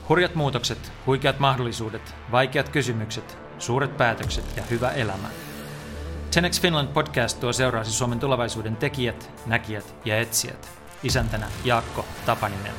Hurjat muutokset, huikeat mahdollisuudet, vaikeat kysymykset, suuret päätökset ja hyvä elämä. 10X Finland podcast tuo seuraasi Suomen tulevaisuuden tekijät, näkijät ja etsijät. Isäntänä Jaakko Tapaninen.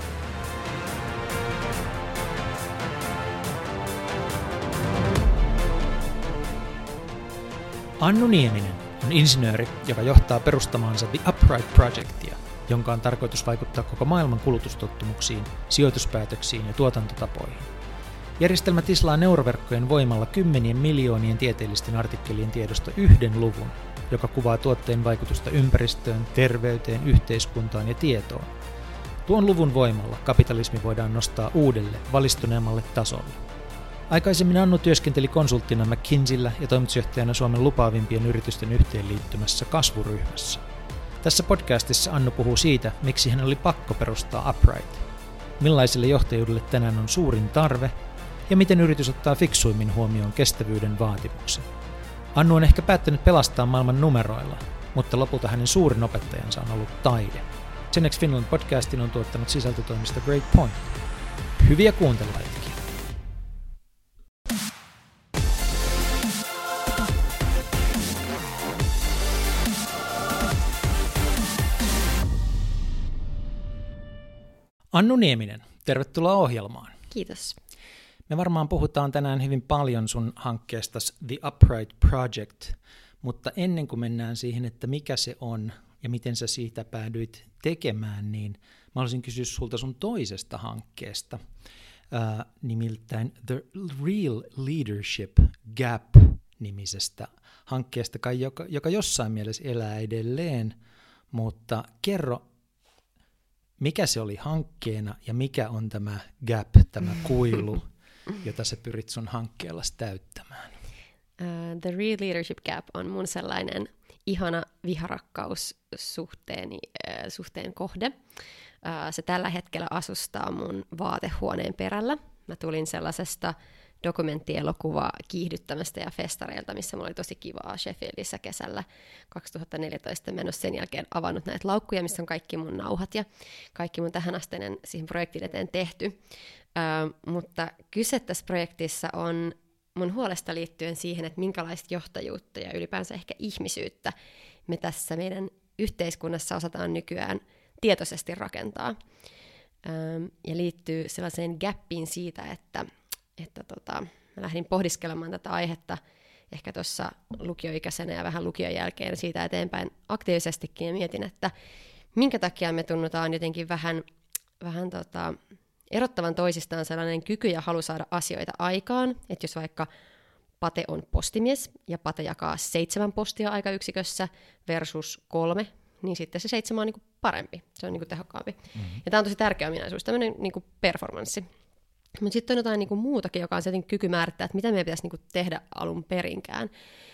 Annu Nieminen on insinööri, joka johtaa perustamaansa The Upright Projectia, jonka on tarkoitus vaikuttaa koko maailman kulutustottumuksiin, sijoituspäätöksiin ja tuotantotapoihin. Järjestelmä tislaa neuroverkkojen voimalla kymmenien miljoonien tieteellisten artikkelien tiedosta yhden luvun, joka kuvaa tuotteen vaikutusta ympäristöön, terveyteen, yhteiskuntaan ja tietoon. Tuon luvun voimalla kapitalismi voidaan nostaa uudelle, valistuneemmalle tasolle. Aikaisemmin Annu työskenteli konsulttina McKinseyllä ja toimitusjohtajana Suomen lupaavimpien yritysten yhteenliittymässä kasvuryhmässä. Tässä podcastissa Annu puhuu siitä, miksi hän oli pakko perustaa Upright, millaiselle johtajuudelle tänään on suurin tarve ja miten yritys ottaa fiksuimmin huomioon kestävyyden vaatimuksen. Annu on ehkä päättänyt pelastaa maailman numeroilla, mutta lopulta hänen suurin opettajansa on ollut taide. 10X Finland podcastin on tuottanut sisältötoimista Great Point. Hyviä kuuntelijoita! Annu Nieminen, tervetuloa ohjelmaan. Kiitos. Me varmaan puhutaan tänään hyvin paljon sun hankkeestasi The Upright Project, mutta ennen kuin mennään siihen, että mikä se on ja miten sä siitä päädyit tekemään, niin mä haluaisin kysyä sulta sun toisesta hankkeesta, nimiltään The Real Leadership Gap-nimisestä hankkeesta, joka jossain mielessä elää edelleen, mutta kerro, mikä se oli hankkeena ja mikä on tämä gap, tämä kuilu, jota sä pyrit sun hankkeella täyttämään? The Real Leadership Gap on mun sellainen ihana viharakkaussuhteen kohde. Se tällä hetkellä asustaa mun vaatehuoneen perällä. Mä tulin sellaisesta dokumenttielokuva kiihdyttämästä ja festareilta, missä mulla oli tosi kivaa Sheffieldissä kesällä 2014. Mä en ole sen jälkeen avannut näitä laukkuja, missä on kaikki mun nauhat ja kaikki mun tähänasteinen siihen projektin eteen tehty. Mutta kyse tässä projektissa on mun huolesta liittyen siihen, että minkälaista johtajuutta ja ylipäänsä ehkä ihmisyyttä me tässä meidän yhteiskunnassa osataan nykyään tietoisesti rakentaa. Ja liittyy sellaiseen gappiin siitä, että mä lähdin pohdiskelemaan tätä aihetta ehkä tuossa lukioikäisenä ja vähän lukion jälkeen siitä eteenpäin aktiivisestikin ja mietin, että minkä takia me tunnutaan jotenkin vähän erottavan toisistaan sellainen kyky ja halu saada asioita aikaan, että jos vaikka Pate on postimies ja Pate jakaa 7 postia aikayksikössä versus 3, niin sitten se 7 on niin kuin parempi, se on niin kuin tehokkaampi. Mm-hmm. Ja tämä on tosi tärkeä ominaisuus, tämmöinen niin kuin performanssi. Mutta sitten on jotain niinku muutakin, joka on se kyky määrittää, että mitä meidän pitäisi niinku tehdä alun perinkään.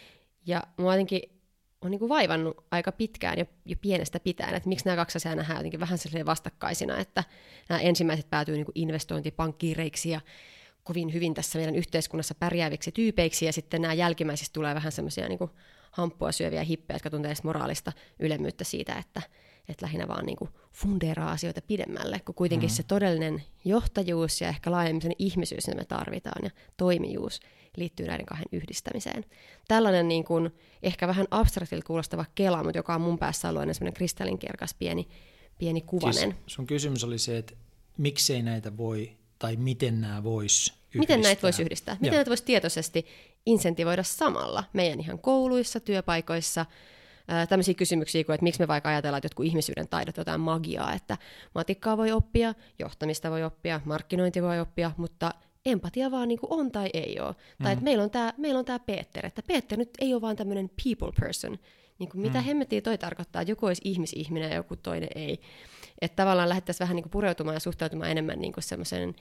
Ja mua jotenkin on niinku vaivannut aika pitkään jo pienestä pitäen, että miksi nämä kaksi asiaa nähdään jotenkin vähän vastakkaisina, että nämä ensimmäiset päätyy niinku investointipankkiireiksi ja kovin hyvin tässä meidän yhteiskunnassa pärjääviksi tyypeiksi, ja sitten nämä jälkimmäisistä tulee vähän semmoisia niinku hamppua syöviä hippejä, jotka tuntee moraalista ylemmyyttä siitä, että lähinnä vaan niin kuin fundeeraa asioita pidemmälle, kun kuitenkin se todellinen johtajuus ja ehkä laajemmin sen ihmisyys, mitä me tarvitaan, ja toimijuus liittyy näiden kahden yhdistämiseen. Tällainen niin kuin, ehkä vähän abstraktilta kuulostava kela, mutta joka on mun päässä ollut aina semmoinen kristallinkirkas pieni kuvanen. Siis sun kysymys oli se, että miksei näitä voi, tai miten nämä vois yhdistää? Miten näitä voisi yhdistää? Miten näitä voisi tietoisesti insentivoida samalla meidän ihan kouluissa, työpaikoissa, tämmöisiä kysymyksiä kuin, että miksi me vaikka ajatellaan, että jotkut ihmisyyden taidot jotain magiaa, että matikkaa voi oppia, johtamista voi oppia, markkinointi voi oppia, mutta empatia vaan niin kuin on tai ei ole. Tai että meillä on tää Peter, että Peter nyt ei ole vaan tämmöinen people person. Niin kuin mitä hemmettiä toi tarkoittaa, että joku olisi ihmisihminen ja joku toinen ei. Että tavallaan lähdettäisiin vähän niin kuin pureutumaan ja suhtautumaan enemmän niin kuin semmoisen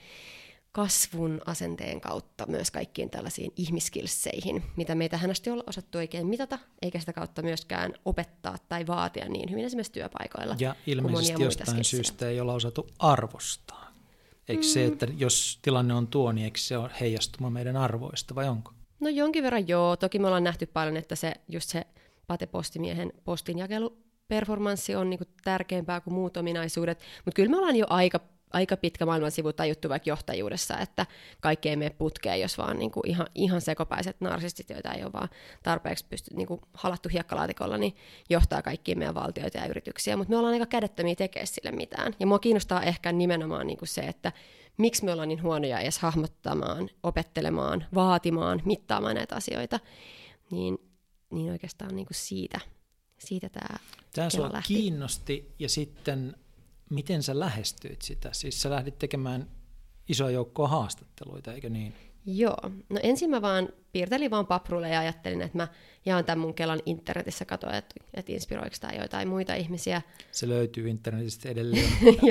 kasvun asenteen kautta myös kaikkiin tällaisiin ihmiskilsseihin, mitä me ei tähän asti olla osattu oikein mitata, eikä sitä kautta myöskään opettaa tai vaatia niin hyvin esimerkiksi työpaikoilla. Ja ilmeisesti jostain syystä ei olla osattu arvostaa. Eikö se, että jos tilanne on tuo, niin eikö se ole heijastuma meidän arvoista, vai onko? No jonkin verran joo. Toki me ollaan nähty paljon, että just se Pate-postimiehen postinjakelu performanssi on niinku tärkeämpää kuin muut ominaisuudet, mutta kyllä me ollaan jo aika pitkä maailmansivu tajuttu vaikka johtajuudessa, että kaikki ei mene putkeen, jos vaan niin kuin ihan sekopäiset narsistit, joita ei ole vaan tarpeeksi niin kuin halattu hiekkalaatikolla, niin johtaa kaikkia meidän valtioita ja yrityksiä, mutta me ollaan aika kädettömiä tekemään sille mitään. Ja mua kiinnostaa ehkä nimenomaan niin kuin se, että miksi me ollaan niin huonoja edes hahmottamaan, opettelemaan, vaatimaan, mittaamaan näitä asioita, niin oikeastaan niin kuin siitä tämä sua lähti. Kiinnosti, ja sitten miten sä lähestyit sitä? Siis sä lähdit tekemään isoa joukkoa haastatteluita, eikö niin? Joo. No ensin mä vaan piirtelin vaan paprulle ja ajattelin, että mä jaan tämän mun Kelan internetissä, katsoin, että inspiroiko tämä joitain muita ihmisiä. Se löytyy internetistä edelleen,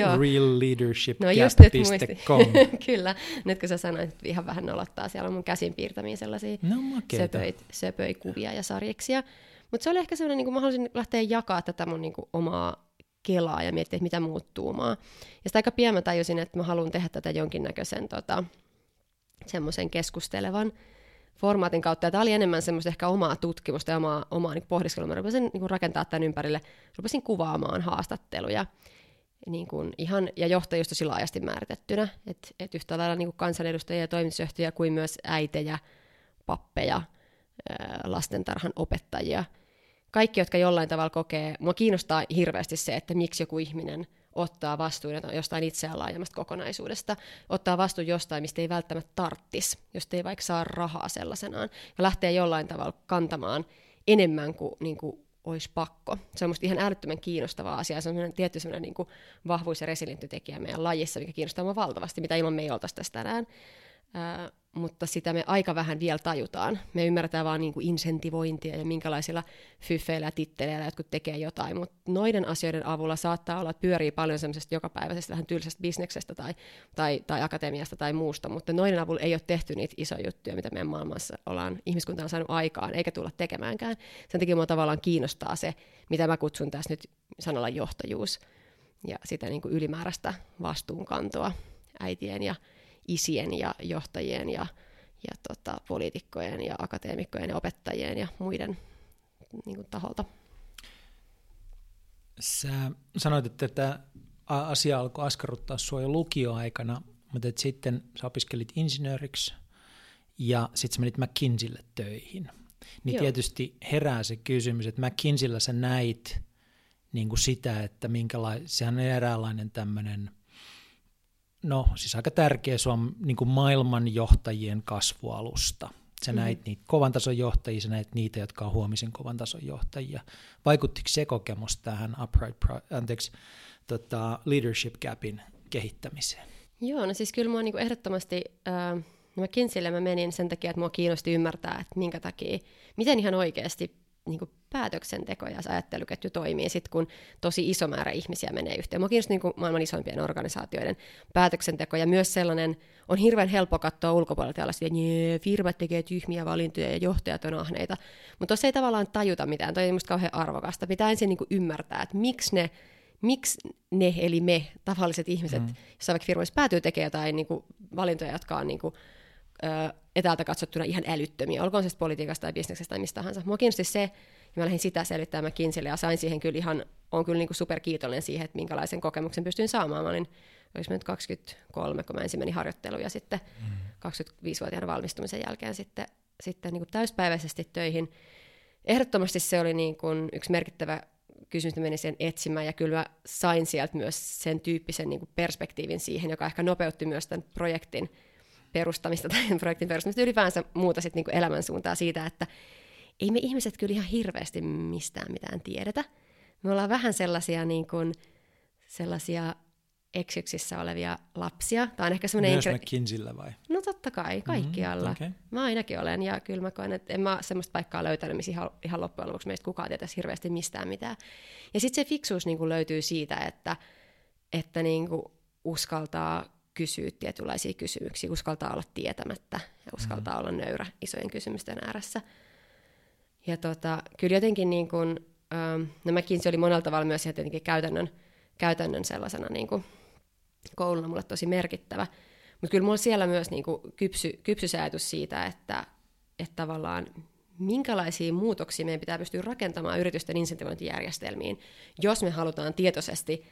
realleadershipgap.com. Kyllä, nyt kun sä sanoit, että ihan vähän nolottaa, siellä on mun käsin piirtämiä sellaisia söpöi kuvia ja sarjiksia. Mutta se oli ehkä sellainen, niin kuin mä halusin lähteä jakaa tätä mun niin kuin omaa Kelaa ja miettiä, että mitä muut tuumaa. Ja sitä aika pian mä tajusin, että mä haluan tehdä tätä jonkinnäköisen semmoisen keskustelevan formaatin kautta. Ja tämä oli enemmän semmoista ehkä omaa tutkimusta ja omaa niin pohdiskelua. Mä rupesin niin rakentaa tämän ympärille, rupesin kuvaamaan haastatteluja niin kuin ihan, ja johtajuus tosi laajasti määritettynä. Et yhtä lailla niin kuin kansanedustajia ja toimitusjohtajia kuin myös äitejä, pappeja, lastentarhan opettajia. Kaikki, jotka jollain tavalla kokee, mua kiinnostaa hirveästi se, että miksi joku ihminen ottaa vastuun jostain itseään laajemmasta kokonaisuudesta, ottaa vastuun jostain, mistä ei välttämättä tarttisi, josta ei vaikka saa rahaa sellaisenaan, ja lähtee jollain tavalla kantamaan enemmän kuin, niin kuin olisi pakko. Se on musta ihan älyttömän kiinnostava asia, se on tietty sellainen niin kuin vahvuus- ja resilienttitekijä meidän lajissa, mikä kiinnostaa mua valtavasti, mitä ilman me ei oltaisi tässä tänään. Mutta sitä me aika vähän vielä tajutaan. Me ymmärretään vaan niin kuin insentivointia ja minkälaisilla fyffeillä ja titteleillä jotkut tekee jotain, mutta noiden asioiden avulla saattaa olla, että pyörii paljon semmoisesta jokapäiväisestä vähän tylsästä bisneksestä tai akatemiasta tai muusta, mutta noiden avulla ei ole tehty niitä isoja juttuja, mitä meidän maailmassa ihmiskunta on saanut aikaan, eikä tulla tekemäänkään. Sen takia minua tavallaan kiinnostaa se, mitä mä kutsun tässä nyt sanalla johtajuus, ja sitä niin kuin ylimääräistä vastuunkantoa äitien ja isien ja johtajien ja poliitikkojen ja akateemikkojen ja opettajien ja muiden niin kuin taholta. Sä sanoit, että tämä asia alkoi askarruttaa sinua jo lukioaikana, mutta sitten sä opiskelit insinööriksi ja sitten sä menit McKinseylle töihin. Niin tietysti herää se kysymys, että McKinseyllä sä näit niin kuin sitä, että sehän on eräänlainen tämmöinen, no siis aika tärkeä niin kuin maailmanjohtajien kasvualusta. Sä näit niitä kovan tason johtajia, sä näit niitä, jotka on huomisen kovan tason johtajia. Vaikuttiko se kokemus tähän Leadership Gapin kehittämiseen? Joo, no siis kyllä mua niin ehdottomasti, McKinseylle mä menin sen takia, että mua kiinnosti ymmärtää, että minkä takia, miten ihan oikeasti niin kuin päätöksenteko ja ajatteluketju toimii sit, kun tosi iso määrä ihmisiä menee yhteen. Mua kiinnosti niin kuin maailman isoimpien organisaatioiden päätöksenteko, ja myös sellainen, on hirveän helppo katsoa ulkopuolelta ja olla sitä, että firmat tekee tyhmiä valintoja ja johtajat on ahneita, mutta tuossa ei tavallaan tajuta mitään, toi on musta kauhean arvokasta. Pitää ensin niin kuin ymmärtää, että miksi ne, eli me, tavalliset ihmiset, jos vaikka firmoissa päätyy tekemään jotain niin kuin valintoja, jotka on niin kuin, etäältä katsottuna ihan älyttömiä, olkoon se politiikasta tai bisneksestä tai mistä tahansa. Mua kiinnosti se, ja mä lähdin sitä selvittämään McKinseylle, ja sain siihen kyllä olen kyllä niin kuin superkiitollinen siihen, että minkälaisen kokemuksen pystyin saamaan. Mä olin, olis mä nyt 23, kun mä ensin menin harjoitteluun, ja sitten 25-vuotiaana valmistumisen jälkeen sitten niin kuin täyspäiväisesti töihin. Ehdottomasti se oli niin kuin yksi merkittävä kysymys, menin sen etsimään, ja kyllä mä sain sieltä myös sen tyyppisen niin kuin perspektiivin siihen, joka ehkä nopeutti myös tämän projektin perustamista ylipäänsä muuta sit niinku elämänsuuntaa siitä, että ei me ihmiset kyllä ihan hirveästi mistään mitään tiedetä. Me ollaan vähän sellaisia eksyksissä olevia lapsia. Tämä on ehkä myös McKinseyllä vai? No totta kai, kaikkialla. Okay. Mä ainakin olen, ja kyllä mä koen, että en mä semmoista paikkaa löytänyt, missä ihan loppujen lopuksi meistä kukaan tietäisi hirveästi mistään mitään. Ja sitten se fiksuus niinku löytyy siitä, että niinku uskaltaa kysyä tietynlaisia kysymyksiä, uskaltaa olla tietämättä ja uskaltaa olla nöyrä isojen kysymysten ääressä. Ja kyllä jotenkin niin kuin, McKinsey oli monella tavalla myös jotenkin käytännön sellaisena niin kuin kouluna mulle tosi merkittävä. Mutta kyllä mulla siellä myös niin kuin kypsy se ajatus siitä, että tavallaan minkälaisia muutoksia meidän pitää pystyä rakentamaan yritysten insentivointijärjestelmiin, jos me halutaan tietoisesti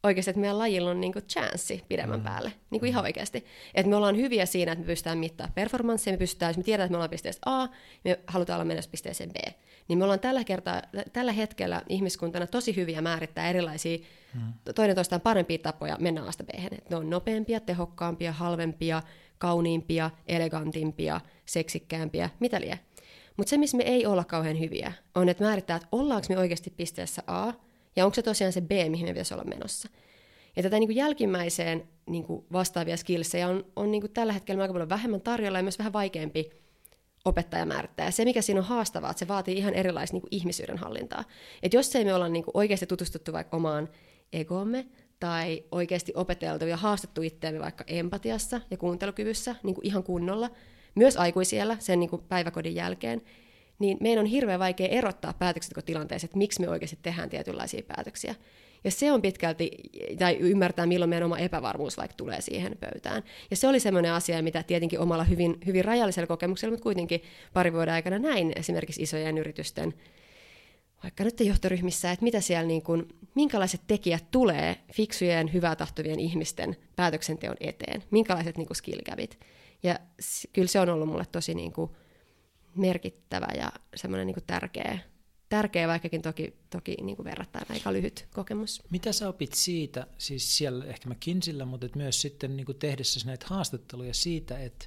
oikeasti, että meidän lajilla on niin kuin chanssi pidemmän päälle, niin kuin ihan oikeasti. Että me ollaan hyviä siinä, että me pystytään mittaamaan performansseja, jos me tiedetään, että me ollaan pisteessä A, me halutaan olla menossa pisteeseen B. Niin me ollaan tällä hetkellä ihmiskuntana tosi hyviä määrittää erilaisia toinen toistaan parempia tapoja mennä A:sta B:hen. Että ne on nopeampia, tehokkaampia, halvempia, kauniimpia, elegantimpia, seksikkäämpiä, mitä liian. Mutta se, missä me ei olla kauhean hyviä, on, että määrittää, että ollaanko me oikeasti pisteessä A, ja onko se tosiaan se B, mihin me pitäisi olla menossa. Ja tätä niin kuin jälkimmäiseen niin kuin vastaavia skillsejä on niin kuin tällä hetkellä aika paljon vähemmän tarjolla ja myös vähän vaikeampi opettaja määrittää. Ja se, mikä siinä on haastavaa, että se vaatii ihan erilaista niin kuin ihmisyyden hallintaa. Että jos ei me olla niin kuin oikeasti tutustuttu vaikka omaan egoomme, tai oikeasti opeteltu ja haastettu itseämme vaikka empatiassa ja kuuntelukyvyssä niin kuin ihan kunnolla, myös aikuisiellä sen niin kuin päiväkodin jälkeen, niin meidän on hirveän vaikea erottaa päätöksentekotilanteessa, että miksi me oikeasti tehdään tietynlaisia päätöksiä. Ja se on pitkälti, tai ymmärtää, milloin meidän oma epävarmuus vaikka tulee siihen pöytään. Ja se oli semmoinen asia, mitä tietenkin omalla hyvin rajallisella kokemuksella, mutta kuitenkin parin vuoden aikana näin esimerkiksi isojen yritysten, vaikka nyt johtoryhmissä, että mitä siellä niin kuin, minkälaiset tekijät tulee fiksujen, hyvää tahtovien ihmisten päätöksenteon eteen, minkälaiset niin kuin skill-gapit. Ja kyllä se on ollut mulle tosi niin kuin merkittävä ja semmoinen niin kuin tärkeä, vaikkakin toki niin kuin verrattain aika lyhyt kokemus. Mitä sä opit siitä, siis siellä ehkä McKinseyllä, mutta myös sitten niin kuin tehdessä näitä haastatteluja siitä, että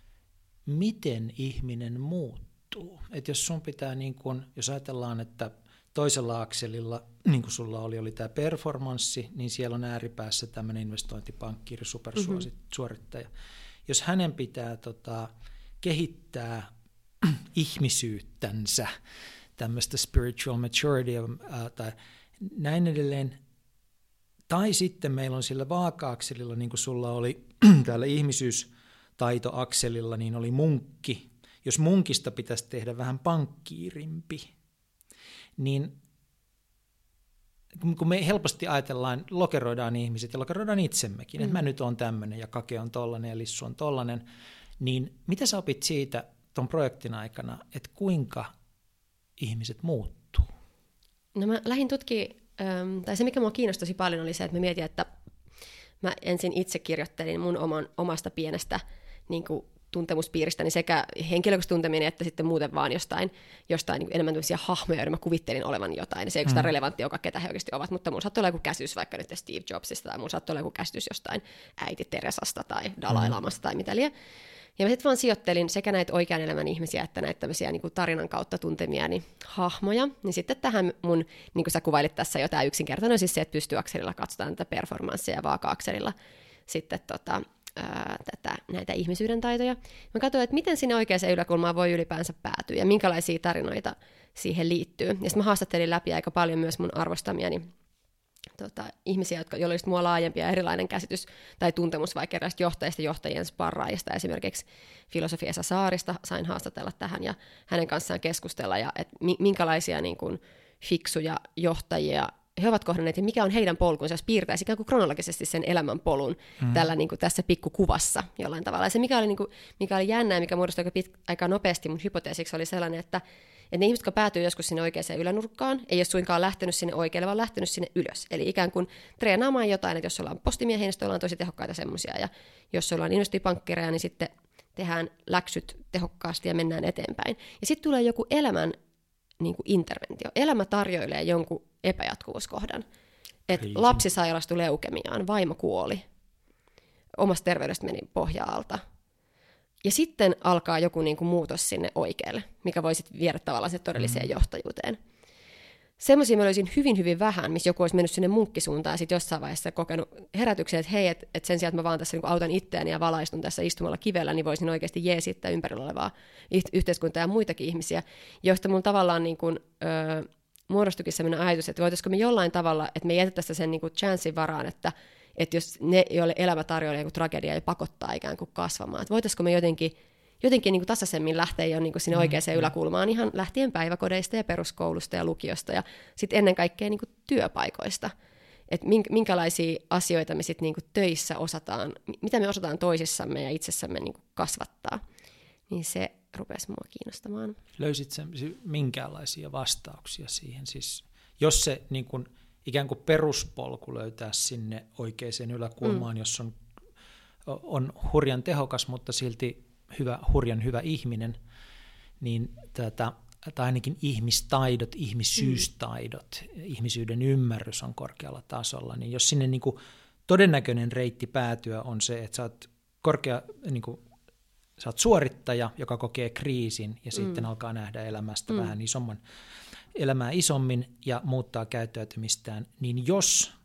miten ihminen muuttuu? Että jos sun pitää, niin kuin, jos ajatellaan, että toisella akselilla, niin kuin sulla oli tämä performanssi, niin siellä on ääripäässä tämmöinen investointipankkiiri, supersuorittaja. Jos hänen pitää kehittää ihmisyyttänsä, tämmöistä spiritual maturity tai näin edelleen, tai sitten meillä on sillä vaaka-akselilla, niin kuin sulla oli täällä ihmisyystaitoakselilla, niin oli munkki. Jos munkista pitäisi tehdä vähän pankkiirimpi, niin kun me helposti ajatellaan, lokeroidaan ihmiset ja lokeroidaan itsemmekin, että mä nyt oon tämmöinen ja Kake on tollainen ja Lissu on tollainen, niin mitä sä opit siitä ton projektin aikana, että kuinka ihmiset muuttuu? No mä lähdin tutkimaan, tai se mikä mua kiinnostaisi paljon oli se, että mä mietin, että mä ensin itse kirjoittelin mun omasta pienestä niin kuin tuntemuspiiristäni sekä henkilökohtaisesti tunteminen että sitten muuten vaan jostain niin enemmän tämmöisiä hahmoja, joiden mä kuvittelin olevan jotain. Se ei ole relevanttia, joka ketä he oikeasti ovat, mutta mun saattoi olla joku käsitys vaikka nyt Steve Jobsista tai mun saattoi olla joku käsitys jostain äiti Teresasta tai Dalai Lamasta tai mitä liian. Ja mä sitten vaan sijoittelin sekä näitä oikean elämän ihmisiä että näitä tämmöisiä niin kuin tarinan kautta tuntemiani hahmoja. Niin sitten tähän mun, niin kuin sä kuvailit tässä jo, tämä yksinkertainen on siis se, että pystyakselilla katsotaan tätä performanssia ja vaaka-akselilla sitten näitä ihmisyyden taitoja. Mä katsoin, että miten sinne oikeaan yläkulmaan voi ylipäänsä päätyä ja minkälaisia tarinoita siihen liittyy. Ja sitten mä haastattelin läpi aika paljon myös mun arvostamiani ihmisiä, joilla olisi mua laajempi ja erilainen käsitys tai tuntemus vaikka erilaisista johtajista, johtajien sparraajista. Esimerkiksi filosofi Esa Saarista sain haastatella tähän ja hänen kanssaan keskustella, ja että minkälaisia niin kuin fiksuja johtajia he ovat kohdanneet ja mikä on heidän polkunsa, jos piirtäisi ikään kuin kronologisesti sen elämän polun tällä, niin kuin tässä pikkukuvassa jollain tavalla. Ja se, mikä oli jännää, mikä muodostui aika nopeasti mun hypoteesiksi, oli sellainen, että ne ihmiset, jotka päätyy joskus sinne oikeaan ylänurkkaan, ei ole suinkaan lähtenyt sinne oikealle, vaan lähtenyt sinne ylös. Eli ikään kuin treenaamaan jotain, että jos ollaan postimiehiä, niin ollaan tosi tehokkaita semmoisia, ja jos ollaan investointipankkireja, niin sitten tehdään läksyt tehokkaasti ja mennään eteenpäin. Ja sitten tulee joku elämän niin kuin interventio. Elämä tarjoilee jonkun epäjatkuvuuskohdan. Että lapsi sairastui leukemiaan, vaimo kuoli, omasta terveydestä meni pohja-alta. Ja sitten alkaa joku niin kuin muutos sinne oikealle, mikä voi sitten viedä tavallaan se todelliseen johtajuuteen. Semmoisia mä löysin hyvin, hyvin vähän, missä joku olisi mennyt sinne munkkisuuntaan ja sitten jossain vaiheessa kokenut herätyksen, että hei, että sen sijaan, että mä vaan tässä niin autan itseäni ja valaistun tässä istumalla kivellä, niin voisin oikeasti jeesittää ympärillä olevaa yhteiskuntaa ja muitakin ihmisiä, joista mun tavallaan niin kuin, muodostukin sellainen ajatus, että voitaisiko me jollain tavalla, että me jätettäisiin sen niin kuin chanssin varaan, että jos ne, joille elämä tarjoaa joku tragedia ja pakottaa ikään kuin kasvamaan, että voitaisiko me jotenkin niin kuin tasaisemmin lähteä jo niin kuin sinne oikeaan yläkulmaan ihan lähtien päiväkodeista ja peruskoulusta ja lukiosta ja sitten ennen kaikkea niin kuin työpaikoista. Että minkälaisia asioita me sitten niin kuin töissä osataan, mitä me osataan toisissamme ja itsessämme niin kuin kasvattaa, niin se rupesi mua kiinnostamaan. Löysit minkälaisia vastauksia siihen? Siis, jos se niin kuin ikään kuin peruspolku löytää sinne oikeaan yläkulmaan, jos on hurjan tehokas, mutta silti hurjan hyvä ihminen, niin tai ainakin ihmistaidot, ihmisyystaidot, ihmisyyden ymmärrys on korkealla tasolla, niin jos sinne niin kuin todennäköinen reitti päätyä on se, että sä oot suorittaja, joka kokee kriisin ja sitten alkaa nähdä elämästä vähän elämää isommin ja muuttaa käyttäytymistään, niin jos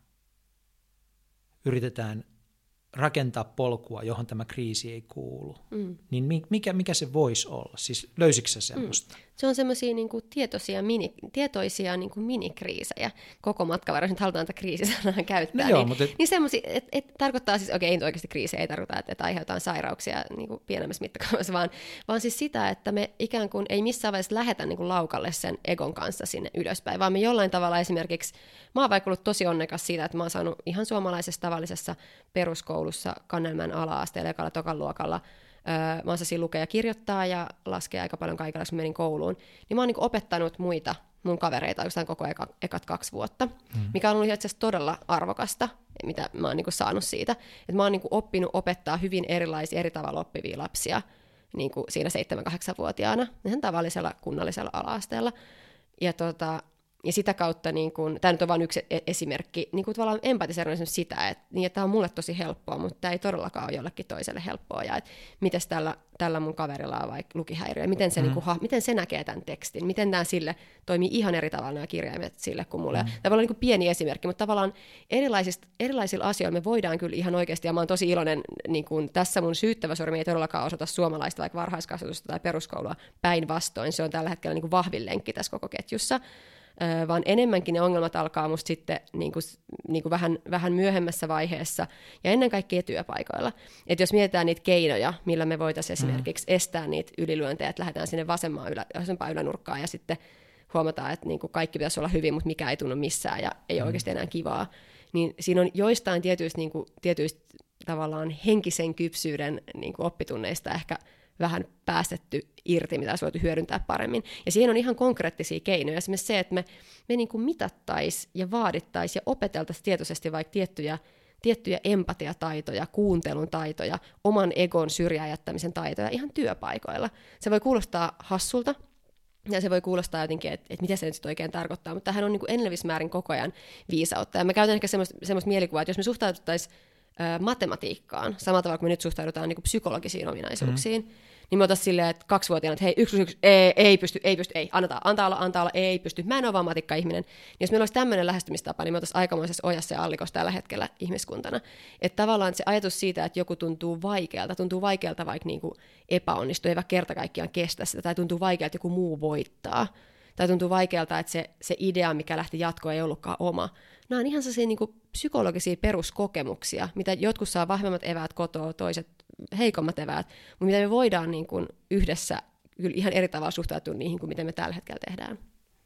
yritetään rakentaa polkua, johon tämä kriisi ei kuulu, niin mikä se voisi olla? Siis löysitkö sä semmoista? Se on semmoisia niinku tietoisia niinku minikriisejä koko matkan varrella, jos nyt halutaan tätä kriisisanaa käyttää. No joo, mutta niin semmoisia, että tarkoittaa siis, ei nyt oikeasti kriisiä, ei tarkoita, että aiheutetaan sairauksia niinku pienemmässä mittakaavassa, vaan siis sitä, että me ikään kuin ei missään vaiheessa lähetä niinku laukalle sen egon kanssa sinne ylöspäin, vaan me jollain tavalla esimerkiksi, mä oon vaikka ollut tosi onnekas siitä, että mä oon saanut ihan suomalaisessa tavallisessa peruskoulussa Kannelmäen ala-asteella ja tokan luokalla. Mä osasin lukea ja kirjoittaa ja laskea aika paljon kaikilla, kun menin kouluun. Niin mä oon niin opettanut muita mun kavereita oikeastaan koko ekat 2 vuotta, mikä on ollut itse asiassa todella arvokasta, mitä mä oon niin saanut siitä. Et mä oon niin oppinut opettaa hyvin eri tavalla oppivia lapsia niin siinä 7-8-vuotiaana, ihan tavallisella kunnallisella ala-asteella. Ja sitä kautta, niin kun, tämä nyt on vain yksi esimerkki, niin tavallaan empatiseerun esimerkiksi sitä, että tämä on mulle tosi helppoa, mutta tämä ei todellakaan ole jollekin toiselle helppoa. Ja että miten tällä mun kaverilla on vaikka lukihäiriö, miten se, miten se näkee tämän tekstin, miten nämä sille toimii ihan eri tavalla nämä kirjaimet sille kuin mulle. Tämä on niin pieni esimerkki, mutta tavallaan erilaisilla asioilla me voidaan kyllä ihan oikeasti, ja mä oon tosi iloinen, niin kun tässä mun syyttävä sormi ei todellakaan osoita suomalaista vaikka varhaiskasvatusta tai peruskoulua päinvastoin. Se on tällä hetkellä niin vahvin lenkki tässä koko ketjussa. Vaan enemmänkin ne ongelmat alkaa musta sitten niin kuin vähän myöhemmässä vaiheessa ja ennen kaikkea työpaikoilla. Että jos mietitään niitä keinoja, millä me voitaisiin esimerkiksi estää niitä ylilyöntejä, että lähdetään sinne vasempaan ylänurkkaan ja sitten huomataan, että niin kuin kaikki pitäisi olla hyvin, mutta mikä ei tunnu missään ja ei oikeasti enää kivaa, niin siinä on joistain tietyistä tavallaan henkisen kypsyyden niin kuin oppitunneista ehkä vähän päästetty irti, mitä olisi voitu hyödyntää paremmin. Ja siihen on ihan konkreettisia keinoja. Esimerkiksi se, että me niin kuin mitattaisiin ja vaadittaisiin ja opeteltaisiin tietoisesti vaikka tiettyjä empatiataitoja, kuuntelun taitoja, oman egon syrjään jättämisen taitoja ihan työpaikoilla. Se voi kuulostaa hassulta, ja se voi kuulostaa jotenkin, että mitä se nyt sitten oikein tarkoittaa, mutta tämähän on niin kuin enenevissä määrin koko ajan viisautta. Ja mä käytän ehkä semmoista mielikuvaa, että jos me suhtauduttaisiin matematiikkaan, samalla tavalla kuin me nyt suhtaudutaan niin kuin psykologisiin ominaisuuksiin, niin me otaisiin silleen, että 2-vuotiaana, että hei, 1+1, ei pysty, antaa olla, ei pysty, mä en ole vaan matikka-ihminen. Niin jos meillä olisi tämmöinen lähestymistapa, niin me oltaisiin aikamoisessa ojassa ja allikossa tällä hetkellä ihmiskuntana. Että tavallaan se ajatus siitä, että joku tuntuu vaikealta vaikka niin kuin epäonnistuu, ei vaikka kerta kaikkiaan kestä sitä, tai tuntuu vaikealta, että joku muu voittaa, tai tuntuu vaikealta, että se idea, mikä lähti jatkoon, ei ollutkaan oma. Nämä on ihan sellaisia niin kuin psykologisia peruskokemuksia, mitä jotkut saa vahvemmat eväät kotoa, toiset heikommat eväät, mutta mitä me voidaan niin kuin yhdessä kyllä ihan eri tavalla suhtautua niihin kuin miten me tällä hetkellä tehdään.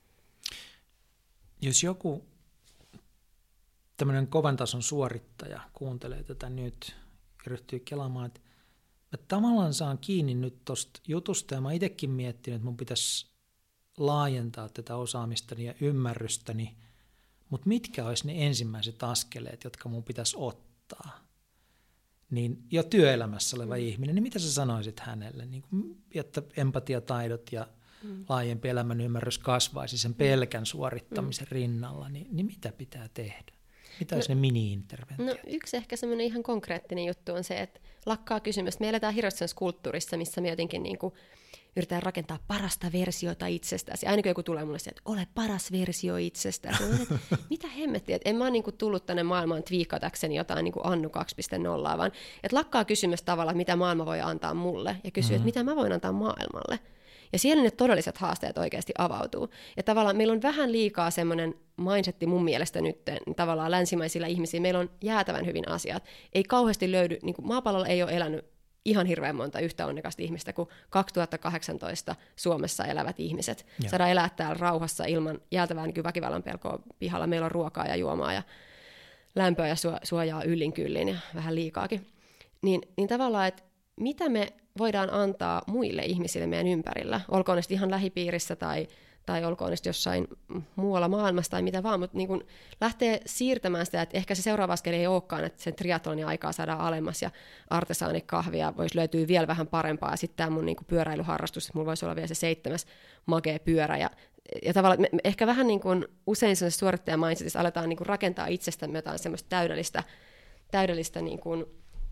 Jos joku tämmöinen kovan tason suorittaja kuuntelee tätä nyt ja ryhtyy kelaamaan, että mä tavallaan saan kiinni nyt tuosta jutusta ja mä itsekin miettinyt, että mun pitäisi laajentaa tätä osaamistani ja ymmärrystäni, mutta mitkä olisi ne ensimmäiset askeleet, jotka mun pitäisi ottaa? Niin jo työelämässä oleva ihminen, niin mitä sä sanoisit hänelle, niin jotta empatiataidot ja laajempi elämän ymmärrys kasvaisi sen pelkän suorittamisen rinnalla, niin mitä pitää tehdä? Mitä olisi ne mini-interventiot? No yksi ehkä semmoinen ihan konkreettinen juttu on se, että lakkaa kysymys. Me eletään hirveästi kulttuurissa, missä me jotenkin niin kuin yritetään rakentaa parasta versiota itsestäsi. Aina kun joku tulee mulle sieltä, että ole paras versio itsestäsi. Mitä hemmettiä? En mä ole niin kuin tullut tänne maailmaan twiikatakseni jotain niin kuin Annu 2.0, vaan että lakkaa kysymys tavallaan, mitä maailma voi antaa mulle, ja kysyy, että mitä mä voin antaa maailmalle. Ja siellä ne todelliset haasteet oikeasti avautuu. Ja tavallaan meillä on vähän liikaa semmoinen mindsetti mun mielestä nyt tavallaan länsimaisilla ihmisillä. Meillä on jäätävän hyvin asiat. Ei kauheasti löydy, niin kuin maapallolla ei ole elänyt ihan hirveän monta yhtä onnekasta ihmistä kuin 2018 Suomessa elävät ihmiset. Ja. Saadaan elää täällä rauhassa ilman jäätävää niin väkivallan pelkoa pihalla. Meillä on ruokaa ja juomaa ja lämpöä ja suojaa yllin kyllin ja vähän liikaakin. Niin tavallaan, että mitä me voidaan antaa muille ihmisille meidän ympärillä, olkoon ne ihan lähipiirissä tai olkoon edes jossain muualla maailmassa tai mitä vaan, mutta niin kun lähtee siirtämään sitä, että ehkä se seuraava askel ei olekaan, että sen triathlonin aikaa saadaan alemmas ja artesaanikahvia voisi löytyä vielä vähän parempaa, ja sitten tämä mun niin kun pyöräilyharrastus, että mulla voisi olla vielä se 7. makea pyörä, ja tavallaan me ehkä vähän niin kuin usein sellaisessa suorittaja-mindsetissa aletaan niin kuin rakentaa itsestämme jotain semmoista täydellistä niin kuin,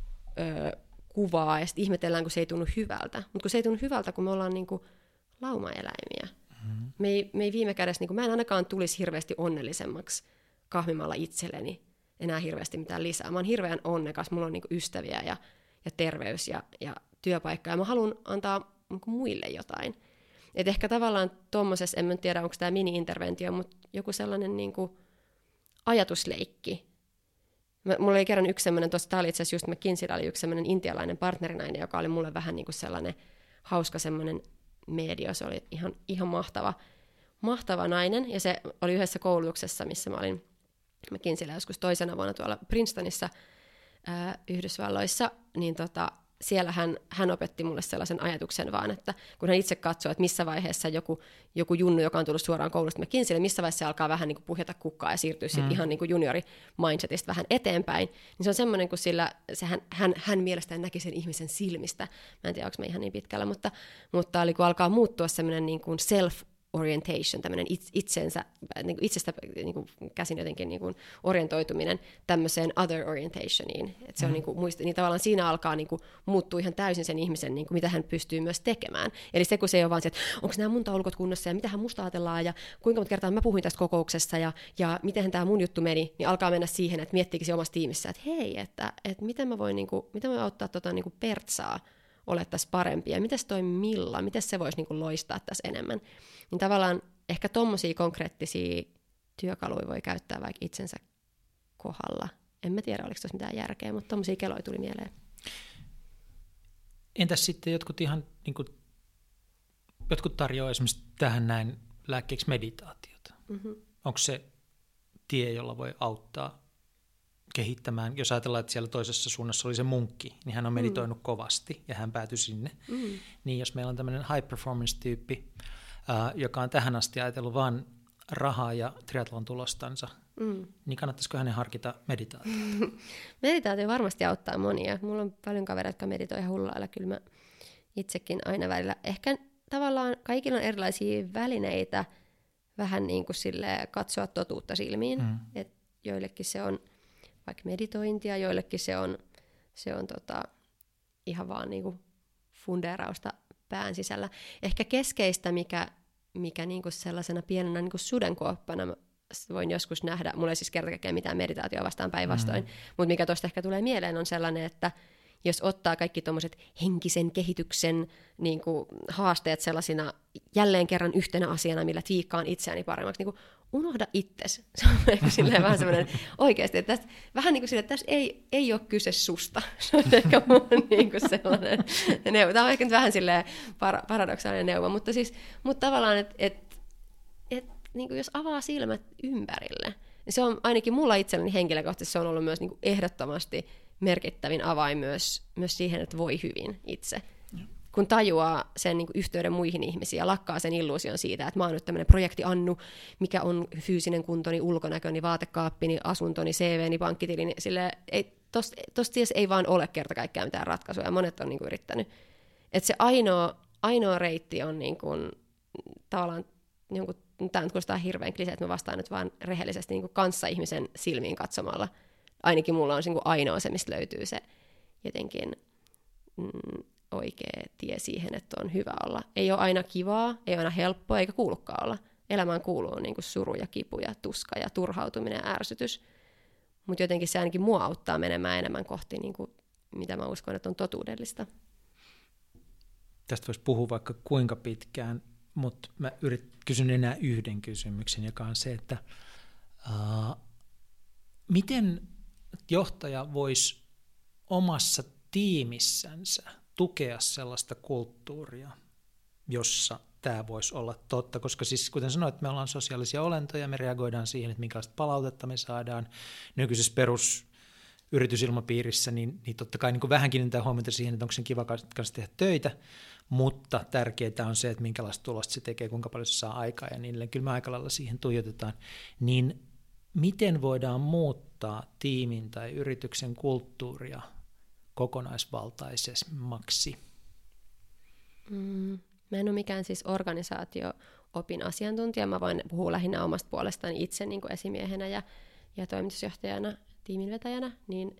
kuvaa, ja sitten ihmetellään, kun se ei tunnu hyvältä. Mutta kun se ei tunnu hyvältä, kun me ollaan niin kuin laumaeläimiä. Mm-hmm. Me ei viime kädessä, niin kuin, mä en ainakaan tulisi hirveästi onnellisemmaksi kahmimalla itselleni enää hirveästi mitään lisää. Mä oon hirveän onnekas, mulla on niin kuin ystäviä ja terveys ja työpaikka, ja mä haluan antaa niin kuin muille jotain. Et ehkä tavallaan tuommoisessa, en tiedä onko tämä mini-interventio, mutta joku sellainen niin kuin ajatusleikki. Mulla oli kerran yksi semmoinen, tämä oli itse asiassa just McKinseyllä oli yksi semmoinen intialainen partnerinainen, joka oli mulle vähän niin kuin sellainen hauska semmoinen media, se oli ihan mahtava nainen, ja se oli yhdessä koulutuksessa, missä mä olin McKinseyllä joskus toisena vuonna tuolla Princetonissa Yhdysvalloissa, niin siellä hän opetti mulle sellaisen ajatuksen vaan, että kun hän itse katsoo, että missä vaiheessa joku junnu, joka on tullut suoraan koulusta McKinseylle, missä vaiheessa se alkaa vähän niin kuin puhjata kukkaa ja siirtyä sitten ihan niin kuin juniori-mindsetista vähän eteenpäin, niin se on semmoinen, kun hän mielestään näki sen ihmisen silmistä. Mä en tiedä, onko mä ihan niin pitkällä, mutta oli, kun alkaa muuttua semmoinen niin kuin self-orientation, tämmöinen itsestä niin kuin käsin jotenkin niin kuin orientoituminen tämmöiseen other orientationiin. Että se on niin tavallaan siinä alkaa niin kuin muuttua ihan täysin sen ihmisen, niin kuin mitä hän pystyy myös tekemään. Eli se, kun se ei ole vaan se, että onko nämä mun taulukot kunnossa ja mitä hän musta ajatellaan ja kuinka monta kertaa mä puhuin tästä kokouksessa ja miten tämä mun juttu meni, niin alkaa mennä siihen, että miettiikin se omassa tiimissä, että hei, että miten mä voin auttaa niin kuin Pertsaa ole tässä parempi ja mitäs toi Milla, miten se voisi niin kuin loistaa tässä enemmän. Niin tavallaan ehkä tommosia konkreettisia työkaluja voi käyttää vaikka itsensä kohdalla. En mä tiedä, oliko tuossa mitään järkeä, mutta tommosia keloja tuli mieleen. Entäs sitten jotkut tarjoaa esimerkiksi tähän näin lääkkeeksi meditaatiota? Mm-hmm. Onko se tie, jolla voi auttaa kehittämään? Jos ajatellaan, että siellä toisessa suunnassa oli se munkki, niin hän on meditoinut kovasti ja hän päätyi sinne. Mm. Niin jos meillä on tämmöinen high performance-tyyppi, joka on tähän asti ajatellut vain rahaa ja triathlon tulostansa, niin kannattaisiko hänen harkita meditaatiota? Meditaatio varmasti auttaa monia. Mulla on paljon kavereita, jotka meditoi ihan hullailla. Kyllä mä itsekin aina välillä. Ehkä tavallaan kaikilla on erilaisia välineitä vähän niin kuin katsoa totuutta silmiin. Et joillekin se on vaikka meditointia, joillekin se on ihan vaan niin kuin fundeerausta pään sisällä. Ehkä keskeistä, mikä niin kuin sellaisena pienenä niin kuin sudenkuoppana voin joskus nähdä, mulla ei siis kertakään mitään meditaatioa vastaan päinvastoin, mutta mikä tuosta ehkä tulee mieleen on sellainen, että jos ottaa kaikki tuommoiset henkisen kehityksen niin kuin haasteet sellaisina jälleen kerran yhtenä asiana, millä twiikkaan itseäni paremmaksi, niin kuin unohda itsesi. Se on ehkä silleen vähän semmoinen oikeasti, että tästä, vähän niin kuin sille, että tässä ei ole kyse susta. Se on ehkä mun niin kuin sellainen neuvo. Tämä on ehkä nyt vähän silleen paradoksaalinen neuvo, mutta tavallaan, että niin kuin jos avaa silmät ympärille, niin se on ainakin mulla itselleni henkilökohtaisesti se on ollut myös niin kuin ehdottomasti merkittävin avain myös siihen, että voi hyvin itse. Kun tajuaa sen niin kuin yhteyden muihin ihmisiin ja lakkaa sen illuusion siitä, että mä oon nyt tämmöinen projekti Annu, mikä on fyysinen kuntoni, ulkonäköni, vaatekaappini, asuntoni, CVni, pankkitilini. Tosta ei vaan ole kerta kaikkiaan mitään ratkaisuja, ja monet on niin kuin yrittänyt. Että se ainoa reitti on niin kuin, tavallaan, niin kuin, tämä nyt kuulostaa hirveän klisee, että mä vastaan nyt vaan rehellisesti niin kuin kanssaihmisen silmiin katsomalla. Ainakin mulla on niin kuin ainoa se, mistä löytyy se jotenkin oikea tie siihen, että on hyvä olla. Ei ole aina kivaa, ei ole aina helppoa, eikä kuulukaan olla. Elämään kuuluu niin kuin suru ja kipu ja tuska ja turhautuminen ja ärsytys. Mutta jotenkin se ainakin mua auttaa menemään enemmän kohti, niin kuin, mitä mä uskon, että on totuudellista. Tästä voisi puhua vaikka kuinka pitkään, mutta mä kysyn enää yhden kysymyksen, joka on se, että miten johtaja voisi omassa tiimissänsä tukea sellaista kulttuuria, jossa tämä voisi olla totta, koska siis kuten sanoit, me ollaan sosiaalisia olentoja, me reagoidaan siihen, että minkälaista palautetta me saadaan. Nykyisessä yritysilmapiirissä, niin totta kai niin kuin vähän kiinnitetään huomiota siihen, että onko sen kiva kanssa tehdä töitä, mutta tärkeää on se, että minkälaista tulosta se tekee, kuinka paljon se saa aikaa ja niin kyllä me aika lailla siihen tuijotetaan. Niin miten voidaan muuttaa tiimin tai yrityksen kulttuuria kokonaisvaltaisemmaksi? Mä en ole mikään siis organisaatio-opin asiantuntija, mä voin puhua lähinnä omasta puolestani itse niin kuin esimiehenä ja toimitusjohtajana, tiiminvetäjänä, niin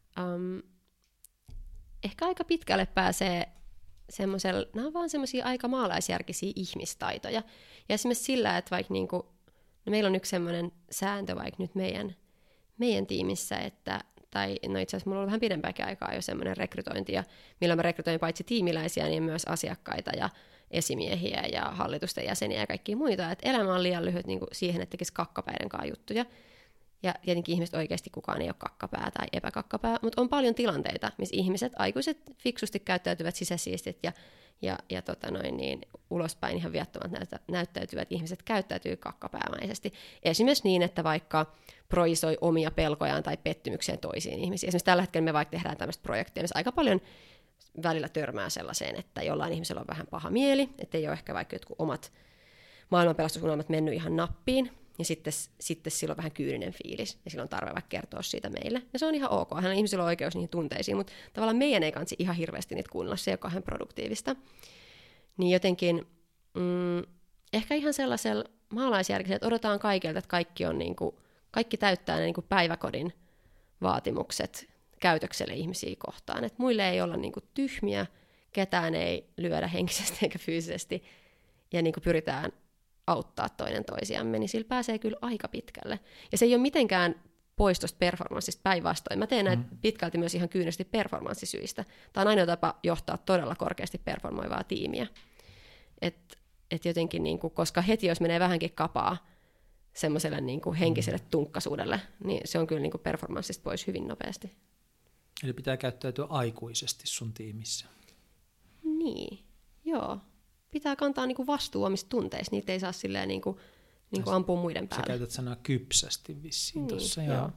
ehkä aika pitkälle pääsee semmoisella, nämä on vaan semmoisia aika maalaisjärkisiä ihmistaitoja. Ja esimerkiksi sillä, että vaikka niinku, no meillä on yksi semmoinen sääntö vaikka nyt meidän tiimissä, että, tai no itse asiassa mulla on ollut vähän pidempääkin aikaa jo semmoinen rekrytointi, ja millä mä rekrytoin paitsi tiimiläisiä, niin myös asiakkaita ja esimiehiä ja hallitusten jäseniä ja kaikkia muita. Että elämä on liian lyhyt niinku siihen, että tekisi kakkapäiden kanssa juttuja. Ja tietenkin ihmiset oikeasti kukaan ei ole kakkapää tai epäkakkapää, mutta on paljon tilanteita, missä ihmiset, aikuiset fiksusti käyttäytyvät sisäsiistit ja niin ulospäin ihan viattomat näyttäytyvät ihmiset käyttäytyy kakkapäämäisesti. Esimerkiksi niin, että vaikka projisoi omia pelkojaan tai pettymykseen toisiin ihmisiin. Esimerkiksi tällä hetkellä me vaikka tehdään tämmöistä projektia, missä aika paljon välillä törmää sellaiseen, että jollain ihmisellä on vähän paha mieli, että ei ole ehkä vaikka jotkut omat maailmanpelastusunelmat mennyt ihan nappiin, ja sitten sillä on vähän kyyninen fiilis, ja sillä on tarve vaikka kertoa siitä meille. Ja se on ihan ok, hänellä ihmisillä on oikeus niihin tunteisiin, mutta tavallaan meidän ei kansi ihan hirveästi niitä kuunnella, se ei ole kauhean produktiivista. Niin jotenkin ehkä ihan sellaisella maalaisjärkisellä, että odotetaan kaikilta, että kaikki täyttää ne niin kuin päiväkodin vaatimukset käytökselle ihmisiä kohtaan. Että muille ei olla niin kuin tyhmiä, ketään ei lyödä henkisesti eikä fyysisesti, ja niin kuin pyritään auttaa toinen toisiamme, niin sillä pääsee kyllä aika pitkälle. Ja se ei ole mitenkään pois tuosta performanssista päinvastoin. Mä teen näitä pitkälti myös ihan kyynisesti performanssisyistä. Tämä on ainoa tapa johtaa todella korkeasti performoivaa tiimiä. Et jotenkin, niin kuin, koska heti jos menee vähänkin kapaa semmoiselle niin kuin henkiselle tunkkasuudelle, niin se on kyllä niin kuin performanssista pois hyvin nopeasti. Eli pitää käyttäytyä aikuisesti sun tiimissä. Niin, joo. Pitää kantaa niinku vastuu omista tunteista, niitä ei saa silleen niinku ampua muiden päälle. Sä käytät sanaa kypsästi vissiin niin, tuossa. Joo.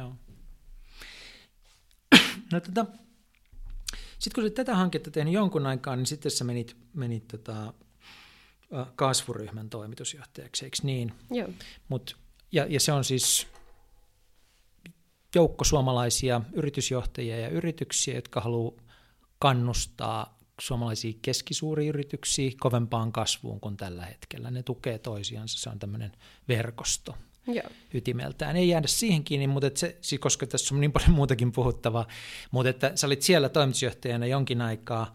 No, sitten kun sä tätä hanketta tehnyt jonkun aikaa, niin sitten sä menit kasvuryhmän toimitusjohtajaksi, eikö niin? Joo. Ja se on siis joukko suomalaisia yritysjohtajia ja yrityksiä, jotka haluaa kannustaa suomalaisia keskisuuria yrityksiä kovempaan kasvuun kuin tällä hetkellä. Ne tukee toisiansa, se on tämmöinen verkosto. Joo. Ytimeltään. Ei jäädä siihen kiinni, mutta koska tässä on niin paljon muutakin puhuttavaa, mutta että sä olit siellä toimitusjohtajana jonkin aikaa,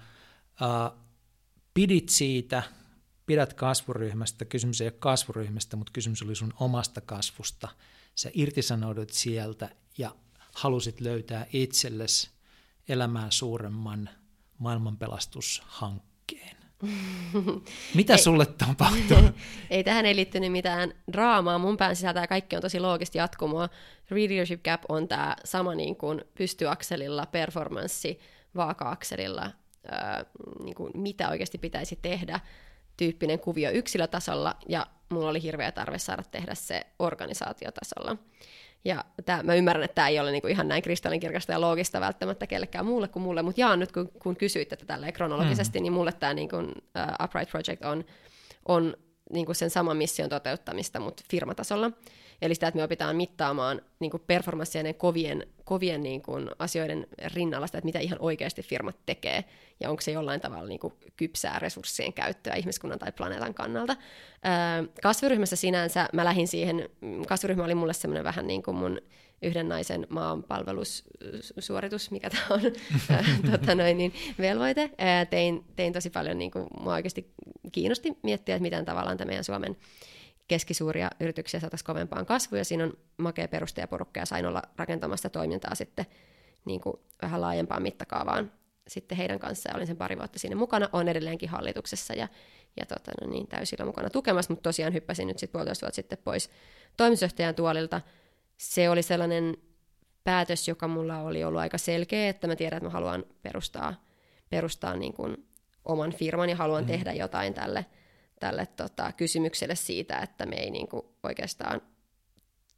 pidät kasvuryhmästä, kysymys ei ole kasvuryhmästä, mutta kysymys oli sun omasta kasvusta. Sä irtisanoudut sieltä ja halusit löytää itsellesi elämää suuremman maailmanpelastushankkeen. Mitä sulle tapahtui? Tähän ei liittynyt mitään draamaa. Mun pään sisältä kaikki on tosi loogista jatkumoa. Leadership Gap on tämä sama niin kuin pystyakselilla, performanssi, vaaka-akselilla, niin kuin mitä oikeasti pitäisi tehdä, tyyppinen kuvio yksilötasolla, ja mulla oli hirveä tarve saada tehdä se organisaatiotasolla. Ja mä ymmärrän, että tämä ei ole niinku ihan näin kristallinkirkasta ja loogista välttämättä kellekään muulle kuin mulle, mutta jaan nyt, kun kysyit tätä tälleen kronologisesti, niin mulle tämä niinku, Upright Project on niinku sen saman mission toteuttamista, mutta firmatasolla. Eli sitä, että me opitaan mittaamaan niinku performanssia ja kovien niinku asioiden rinnalla sitä, että mitä ihan oikeasti firmat tekee, ja onko se jollain tavalla niinku kypsää resurssien käyttöä ihmiskunnan tai planeetan kannalta. Kasvuryhmässä sinänsä mä lähdin siihen, kasvuryhmä oli mulle semmoinen vähän niin kuin mun yhden naisen maanpalvelussuoritus, mikä tämä on, velvoite. Tein tosi paljon, niin kuin, mua oikeasti kiinnosti miettiä, että miten tavallaan tämä meidän Suomen keskisuuria yrityksiä saataisiin kovempaan kasvuun, ja siinä on makea perustajaporukka, ja sain olla rakentamassa toimintaa sitten niin kuin vähän laajempaan mittakaavaan sitten heidän kanssaan, ja olin sen 2 vuotta siinä mukana, olen edelleenkin hallituksessa, ja täysillä mukana tukemassa, mutta tosiaan hyppäsin nyt sitten 1,5 vuotta sitten pois toimitusjohtajan tuolilta. Se oli sellainen päätös, joka mulla oli ollut aika selkeä, että mä tiedän, että mä haluan perustaa niin kuin oman firman, ja haluan tehdä jotain tälle kysymykselle siitä, että me ei niin kuin oikeastaan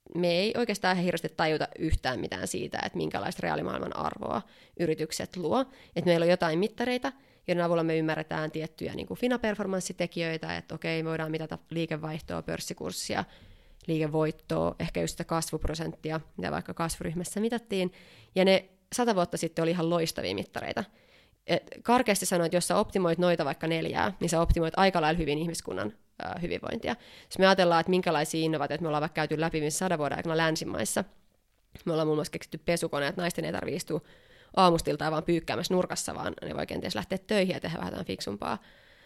me ei oikeastaan hirveästi tajuta yhtään mitään siitä, että minkälaista reaalimaailman arvoa yritykset luo. Että meillä on jotain mittareita, joiden avulla me ymmärretään tiettyjä niin kuin FINA-performanssitekijöitä, että okei, me voidaan mitata liikevaihtoa, pörssikurssia, liikevoittoa, ehkä just sitä kasvuprosenttia, mitä vaikka kasvuryhmässä mitattiin. Ja ne 100 vuotta sitten oli ihan loistavia mittareita. Karkeasti sanoin, että jos sä optimoit noita vaikka 4, niin sä optimoit aika lailla hyvin ihmiskunnan hyvinvointia. Jos me ajatellaan, että minkälaisia innovaatioita me ollaan vaikka käyty läpi 100 vuoden aikana länsimaissa, me ollaan muun muassa keksitty pesukone, että naisten ei tarvitse istua aamustiltaan vaan pyykkäämässä nurkassa, vaan ne voi kenties lähteä töihin ja tehdä vähän fiksumpaa.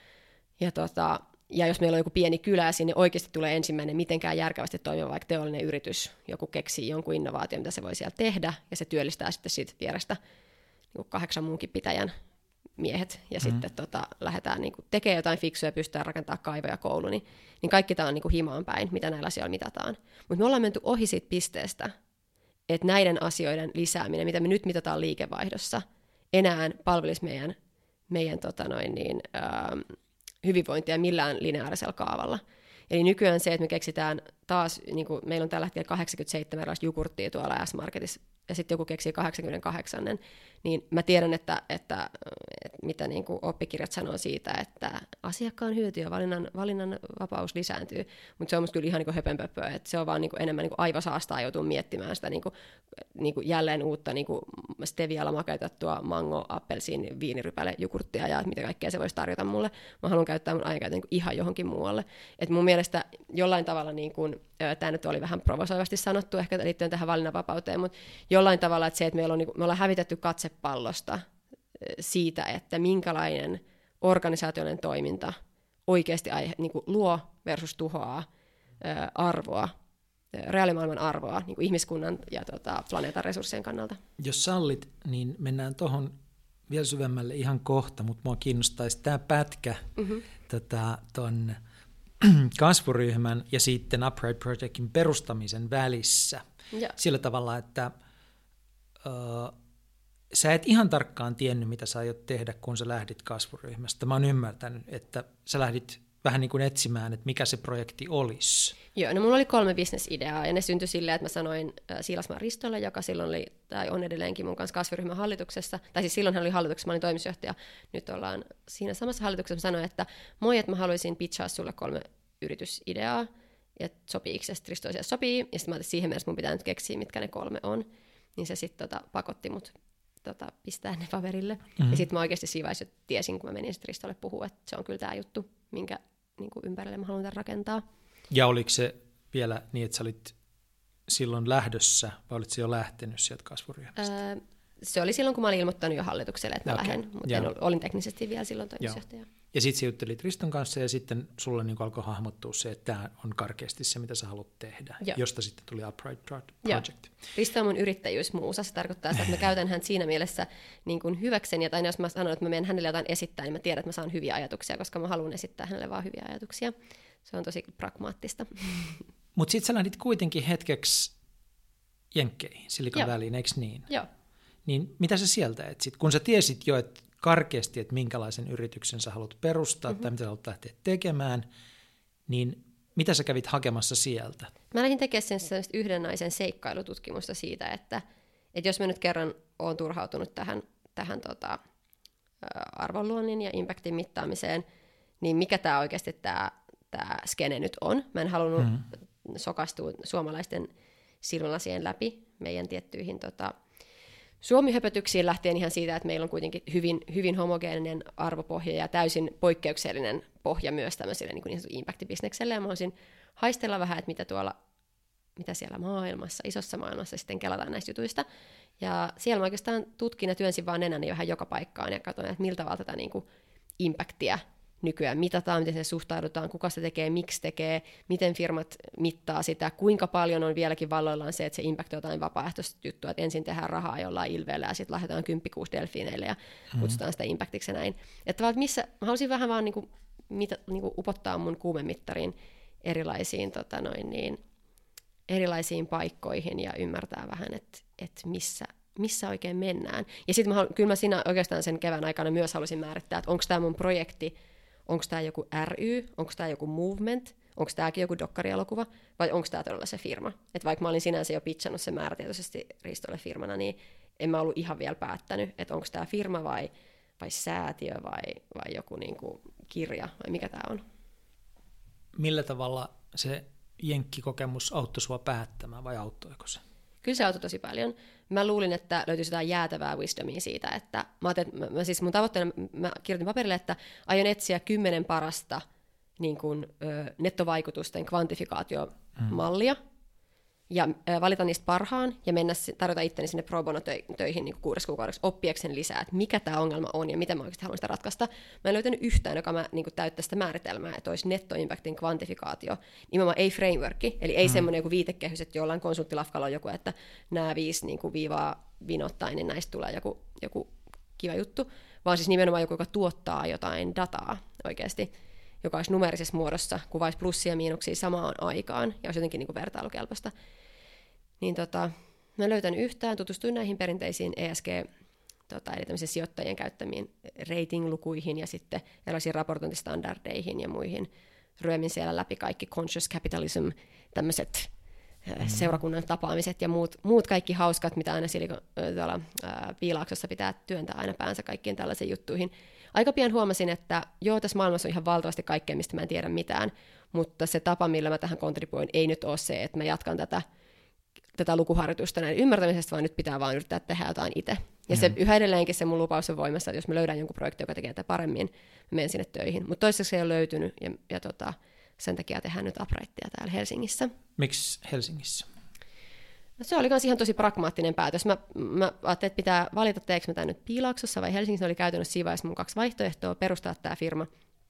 Ja jos meillä on joku pieni kylä ja sinne oikeasti tulee ensimmäinen mitenkään järkevästi toimiva vaikka teollinen yritys, joku keksii jonkun innovaation, mitä se voi siellä tehdä, ja se työllistää sitten siitä vierestä niin 8 muunkin pitäjän miehet, ja sitten lähdetään niin tekemään jotain fiksua ja pystytään rakentamaan kaivoja koulu, niin kaikki tämä on niin himaan päin, mitä näillä asioilla mitataan. Mutta me ollaan menty ohi siitä pisteestä, että näiden asioiden lisääminen, mitä me nyt mitataan liikevaihdossa, enää palvelisi meidän hyvinvointia millään lineaarisella kaavalla. Eli nykyään se, että me keksitään taas, niin kuin meillä on tällä hetkellä 87 erilaista jogurttia tuolla S-Marketissa, ja sitten joku keksii 88, niin mä tiedän, että mitä niin kuin oppikirjat sanoo siitä, että asiakkaan hyöty ja valinnan vapaus lisääntyy, mutta se on musta kyllä ihan niin kuin höpönpöpöä, että se on vaan niin kuin enemmän niin kuin aivosaastaa joutuu miettimään sitä niin kuin jälleen uutta niin kuin stevialla makeutettua mango, appelsiin, viinirypäle, jogurttia ja mitä kaikkea se voisi tarjota mulle. Mä haluan käyttää mun ajankäytön niin kuin ihan johonkin muualle. Et mun mielestä jollain tavalla, niin kuin, tämä nyt oli vähän provosoivasti sanottu ehkä liittyen tähän valinnanvapauteen, mutta jollain tavalla, että se, että me ollaan hävitetty katsepallosta siitä, että minkälainen organisaatioiden toiminta oikeasti niin kuin luo versus tuhoaa arvoa, reaalimaailman arvoa niin kuin ihmiskunnan ja planeetan resurssien kannalta. Jos sallit, niin mennään tuohon vielä syvemmälle ihan kohta, mutta mua kiinnostaisi tämä pätkä tuon kasvuryhmän ja sitten Upright Projectin perustamisen välissä. Ja. Sillä tavalla, että sä et ihan tarkkaan tiennyt, mitä sä aiot tehdä, kun sä lähdit kasvuryhmästä. Mä oon ymmärtänyt, että sä lähdit vähän niin kuin etsimään, että mikä se projekti olisi. Joo, no mulla oli 3 business-ideaa, ja ne syntyi silleen, että mä sanoin Siilasmaa Ristolle, joka silloin oli, tai on edelleenkin mun kanssa kasvuryhmän hallituksessa, tai siis silloin hän oli hallituksessa, mä olin toimitusjohtaja, nyt ollaan siinä samassa hallituksessa, mä sanoin, että moi, että mä haluaisin pitchaa sulle 3 yritysideaa, ja sopiiko se, sitten Risto sopii, ja sitten mä ajattelin siihen mielessä, mun pitää nyt keksiä, mitkä ne 3 on, niin se sitten pakotti mut pistää ne paperille. Mm-hmm. Ja sitten mä oikeasti siinä vaiheessa tiesin, kun mä menin sitten Ristolle puhua, että se on kyllä tämä juttu, minkä niin kuin ympärille mä haluan tämän rakentaa. Ja oliko se vielä niin, että sä olit silloin lähdössä, vai olit se jo lähtenyt sieltä kasvuryhmästä? Se oli silloin, kun mä olin ilmoittanut jo hallitukselle, että mä lähden, mutta olin teknisesti vielä silloin toimitusjohtaja. Ja sitten sä juttelit Riston kanssa, ja sitten sulle niin alkoi hahmottua se, että tämä on karkeasti se, mitä sä haluat tehdä, josta sitten tuli Upright Project. Risto on mun yrittäjyysmuusa, se tarkoittaa sitä, että mä käytän hän siinä mielessä niin kuin hyväkseni, tai jos mä sanon, että mä menen hänelle jotain esittää, niin mä tiedän, että mä saan hyviä ajatuksia, koska mä haluan esittää hänelle vaan hyviä ajatuksia. Se on tosi pragmaattista. Mutta sitten sä lähdit kuitenkin hetkeksi Jenkkeihin, Silicon Valleyin, eikö niin? Joo. Niin mitä sä sieltä etsit? Kun sä tiesit jo, että karkeasti, että minkälaisen yrityksen sä haluat perustaa tai mitä sä haluat lähteä tekemään, niin mitä sä kävit hakemassa sieltä? Mä lähdin tekemään sen yhden naisen seikkailututkimusta siitä, että jos mä nyt kerran oon turhautunut tähän arvonluonnin ja impactin mittaamiseen, niin mikä tämä oikeasti tämä skene nyt on? Mä en halunnut sokastua suomalaisten silmälasien läpi meidän tiettyihin Suomi-höpötyksiin lähtien ihan siitä, että meillä on kuitenkin hyvin homogeeninen arvopohja ja täysin poikkeuksellinen pohja myös tämmöiselle niin impact-bisnekselle. Ja mä haluaisin haistella vähän, että mitä siellä maailmassa, isossa maailmassa sitten kelataan näistä jutuista. Ja siellä mä oikeastaan tutkin ja työnsin vaan nenäni vähän joka paikkaan ja katsoin, että miltä tavalla tätä niin kuin impactia nykyään mitataan, miten se suhtaudutaan, kuka se tekee, miksi tekee, miten firmat mittaa sitä, kuinka paljon on vieläkin valloillaan se, että se impact on jotain vapaaehtoista juttua, että ensin tehdään rahaa jollain ilveellä ja sitten lahjoitetaan 10 delfiineille ja kutsutaan sitä impactiksi ja näin. Että mä haluaisin vähän vaan upottaa mun kuumemittarin erilaisiin paikkoihin ja ymmärtää vähän, että missä oikein mennään. Ja sitten kyllä mä siinä oikeastaan sen kevään aikana myös halusin määrittää, että onko tämä mun projekti, onko tämä joku ry, onko tämä joku movement, onko tämäkin joku dokkarielokuva, vai onko tämä todella se firma. Että vaikka mä olin sinänsä jo pitchannut sen määrätietoisesti Ristolle firmana, niin en mä ollut ihan vielä päättänyt, että onko tämä firma vai säätiö vai joku niinku kirja, vai mikä tämä on. Millä tavalla se jenkkikokemus auttoi sua päättämään, vai auttoiko se? Kyllä se auttoi tosi paljon. Mä luulin, että löytyisi jotain jäätävää wisdomia siitä, että siis mun tavoitteena mä kirjoitin paperille, että aion etsiä 10 parasta niin kuin, nettovaikutusten kvantifikaatiomallia, ja valita niistä parhaan, ja tarjota itteni sinne pro bono töihin niin 6 kuukaudeksi oppiakseni lisää, että mikä tämä ongelma on, ja miten mä oikeasti haluan sitä ratkaista. Mä en löytänyt yhtään, joka niin täyttää sitä määritelmää, että olisi nettoimpactin kvantifikaatio. Nimenomaan ei frameworki, eli ei semmoinen joku viitekehys, että jollain konsulttilafkalla on joku, että nämä 5 niin kuin viivaa vinottain, niin näistä tulee joku kiva juttu, vaan siis nimenomaan joku, joka tuottaa jotain dataa oikeasti, joka olisi numerisessa muodossa, kuvaisi plussia ja miinuksia samaan aikaan, ja olisi jotenkin niin kuin vertailukelpoista. Niin mä en löytänyt yhtään, tutustuin näihin perinteisiin ESG, eli tämmöisiin sijoittajien käyttämiin rating-lukuihin ja sitten erilaisiin raportointistandardeihin ja muihin. Ryömin siellä läpi kaikki conscious capitalism, tämmöiset seurakunnan tapaamiset ja muut kaikki hauskat, mitä aina tuolla Piilaaksossa pitää työntää aina päänsä kaikkiin tällaisiin juttuihin. Aika pian huomasin, että joo, tässä maailmassa on ihan valtavasti kaikkea, mistä mä en tiedä mitään, mutta se tapa, millä mä tähän kontribuoin, ei nyt ole se, että mä jatkan tätä lukuharjoitusta näin ymmärtämisestä, vaan nyt pitää vaan yrittää tehdä jotain itse. Ja se yhä edelleenkin se mun lupaus on voimassa, että jos mä löydän jonkun projektin, joka tekee tätä paremmin, mä menen sinne töihin. Mutta toistaiseksi ei ole löytynyt, ja sen takia tehdään nyt Uprightia täällä Helsingissä. Miksi Helsingissä? No, se oli myös ihan tosi pragmaattinen päätös. Mä ajattelin, että pitää valita, teekö mä tämän nyt Piilaaksossa vai Helsingissä. Oli käytännössä siinä vaiheessa mun 2 vaihtoehtoa perustaa tämä firma.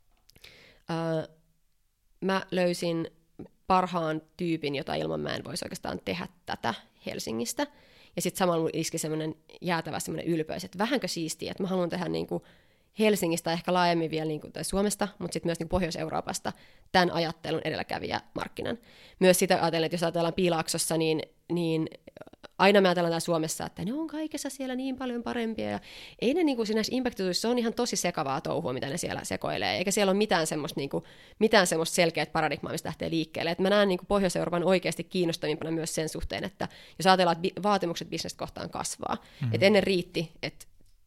Mä löysin parhaan tyypin, jota ilman mä en voisi oikeastaan tehdä tätä Helsingistä. Ja sitten samalla mun iski semmoinen jäätävä semmoinen ylpeys, että vähänkö siistiä, että mä haluan tehdä niinku Helsingistä, ehkä laajemmin vielä niin kuin, tai Suomesta, mutta sitten myös niin Pohjois-Euroopasta tämän ajattelun edelläkävijä markkinan. Myös sitä ajatellen, että jos ajatellaan Piilaaksossa, niin aina me ajatellaan täällä Suomessa, että ne on kaikessa siellä niin paljon parempia, ja ei ne niin kuin näissä impact-tutuissa, on ihan tosi sekavaa touhua, mitä ne siellä sekoilee, eikä siellä ole mitään semmoista selkeät paradigmaa, mistä lähtee liikkeelle. Et mä näen niin kuin Pohjois-Euroopan oikeasti kiinnostavimpana myös sen suhteen, että jos ajatellaan, että vaatimukset bisnestä kohtaan kasvaa, että ennen riitti, että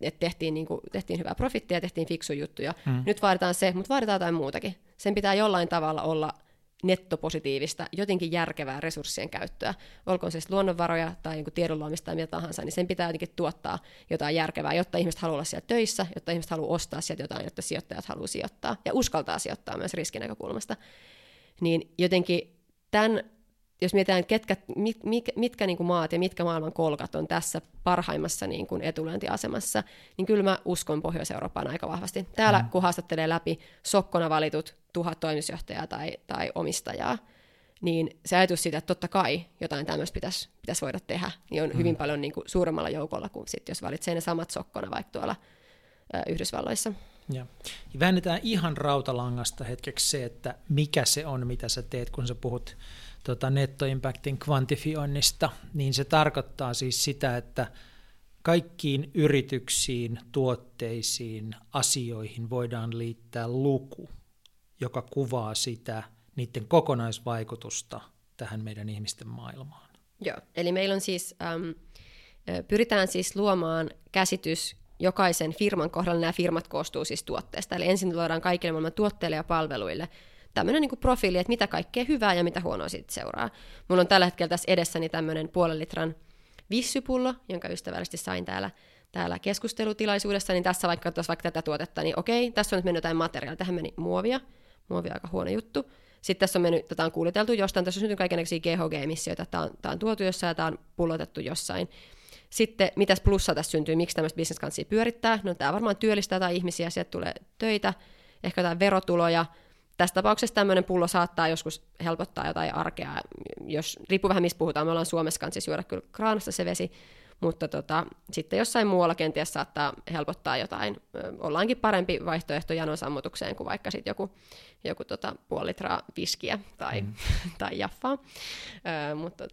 tehtiin hyvää profittia, tehtiin fiksuja juttuja. Nyt vaaditaan se, mutta vaaditaan jotain muutakin. Sen pitää jollain tavalla olla nettopositiivista, jotenkin järkevää resurssien käyttöä. Olkoon se luonnonvaroja tai niin tiedon luomista tai mitä tahansa, niin sen pitää jotenkin tuottaa jotain järkevää, jotta ihmiset haluaa olla siellä töissä, jotta ihmiset haluaa ostaa sieltä jotain, jotta sijoittajat haluaa sijoittaa ja uskaltaa sijoittaa myös riskinäkökulmasta. Niin jotenkin jos mietitään, mitkä niin kuin maat ja mitkä maailman kolkat on tässä parhaimmassa niin kuin etulyöntiasemassa, niin kyllä mä uskon Pohjois-Eurooppaan aika vahvasti. Täällä kun haastattelee läpi sokkona valitut 1000 toimitusjohtajaa tai omistajaa, niin se ajatus siitä, että totta kai jotain tämmöistä pitäisi voida tehdä, niin on hyvin paljon niin kuin suuremmalla joukolla kuin sit, jos valitsee ne samat sokkona vaikka tuolla Yhdysvalloissa. Ja väännetään ihan rautalangasta hetkeksi se, että mikä se on, mitä sä teet, kun sä puhut nettoimpactin kvantifioinnista, niin se tarkoittaa siis sitä, että kaikkiin yrityksiin, tuotteisiin, asioihin voidaan liittää luku, joka kuvaa sitä niiden kokonaisvaikutusta tähän meidän ihmisten maailmaan. Joo, eli meillä on siis, pyritään siis luomaan käsitys jokaisen firman kohdalla, nämä firmat koostuu siis tuotteesta, eli ensin luodaan kaikille maailman tuotteille ja palveluille tämmöinen niin kuin profiili, että mitä kaikkea hyvää ja mitä huonoa siitä seuraa. Mulla on tällä hetkellä tässä edessäni tämmöinen 0,5 litran vissypullo, jonka ystävällisesti sain täällä keskustelutilaisuudessa, niin tässä vaikka tätä tuotetta, niin okei, tässä on nyt mennyt jotain materiaalia, tähän meni muovia on aika huono juttu. Sitten tässä on mennyt, tätä on kuuliteltu jostain, tässä on syntynyt kaikenlaisia GHG-emissioita, tämä on tuotu jossain ja tämä on pullotettu jossain. Sitten mitäs plussaa tässä syntyy, miksi tämmöistä bisneskanssia pyörittää? No tämä varmaan työllistää jotain ihmisiä, sieltä tulee töitä, ehkä jotain verotuloja. Tässä tapauksessa tämmöinen pullo saattaa joskus helpottaa jotain arkea, jos riippuu vähän mistä puhutaan, me ollaan Suomessa kanssa juoda kyllä kraanasta se vesi, mutta sitten jossain muualla kenties saattaa helpottaa jotain, ollaankin parempi vaihtoehto janon sammutukseen kuin vaikka sitten joku 0,5 litraa viskiä tai jaffaa,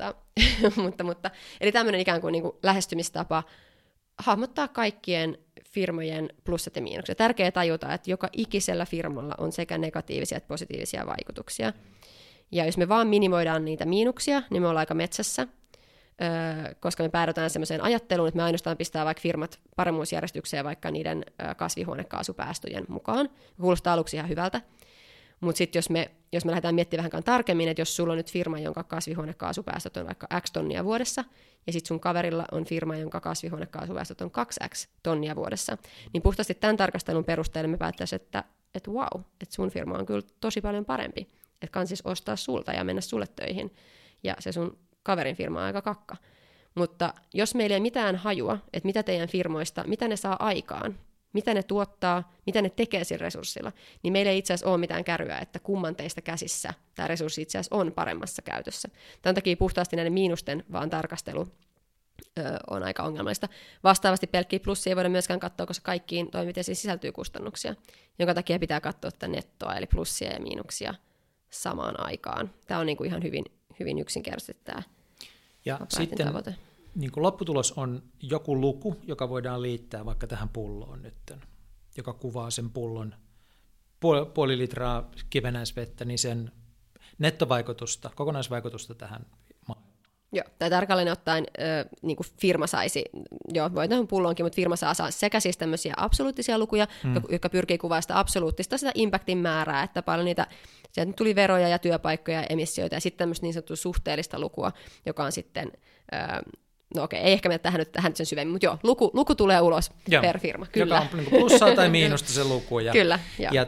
mutta eli tämmöinen ikään kuin, lähestymistapa hahmottaa kaikkien firmojen plussat ja miinukset. Tärkeää tajuta, että joka ikisellä firmalla on sekä negatiivisia että positiivisia vaikutuksia. Ja jos me vaan minimoidaan niitä miinuksia, niin me ollaan aika metsässä, koska me päädytään sellaiseen ajatteluun, että me ainoastaan pistää vaikka firmat paremmuusjärjestykseen vaikka niiden kasvihuonekaasupäästöjen mukaan. Kuulostaa aluksi ihan hyvältä, mutta sitten jos me lähdetään miettimään vähän tarkemmin, että jos sulla on nyt firma, jonka kasvihuonekaasupäästöt on vaikka X tonnia vuodessa, ja sitten sun kaverilla on firma, jonka kasvihuonekaasupäästöt on 2X tonnia vuodessa, niin puhtaasti tämän tarkastelun perusteella me päättäisiin, että wow, että sun firma on kyllä tosi paljon parempi, että kansis ostaa sulta ja mennä sulle töihin, ja se sun kaverin firma on aika kakka. Mutta jos meillä ei mitään hajua, että mitä teidän firmoista, mitä ne saa aikaan, mitä ne tuottaa, mitä ne tekee sillä resurssilla, niin meillä ei itse asiassa ole mitään kärryä, että kumman teistä käsissä tämä resurssi itse asiassa on paremmassa käytössä. Tämän takia puhtaasti näiden miinusten vaan tarkastelu on aika ongelmallista. Vastaavasti pelkkiä plussia ei voida myöskään katsoa, koska kaikkiin toimenpiteisiin sisältyy kustannuksia, jonka takia pitää katsoa tätä nettoa, eli plussia ja miinuksia samaan aikaan. Tämä on niin kuin ihan hyvin yksinkertaisesti tämä ja sitten tavoite. Niin kuin lopputulos on joku luku, joka voidaan liittää vaikka tähän pulloon nyt, joka kuvaa sen pullon puoli litraa kivennäisvettä, niin sen nettovaikutusta, kokonaisvaikutusta tähän maailmaan. Joo, tai tarkalleen ottaen niin kuin firma saisi, voi tähän pullonkin, mutta firma saa sekä siis tämmöisiä absoluuttisia lukuja, jotka pyrkii kuvaamaan sitä absoluuttista sitä impactin määrää, että paljon niitä, sieltä tuli veroja ja työpaikkoja ja emissioita, ja sitten tämmöistä niin sanottua suhteellista lukua, joka on sitten no okei, ei ehkä mennä tähän sen syvemmin, mutta joo, luku tulee ulos per firma, kyllä. Joka on niin plussaa tai miinusta se luku. Ja, kyllä, ja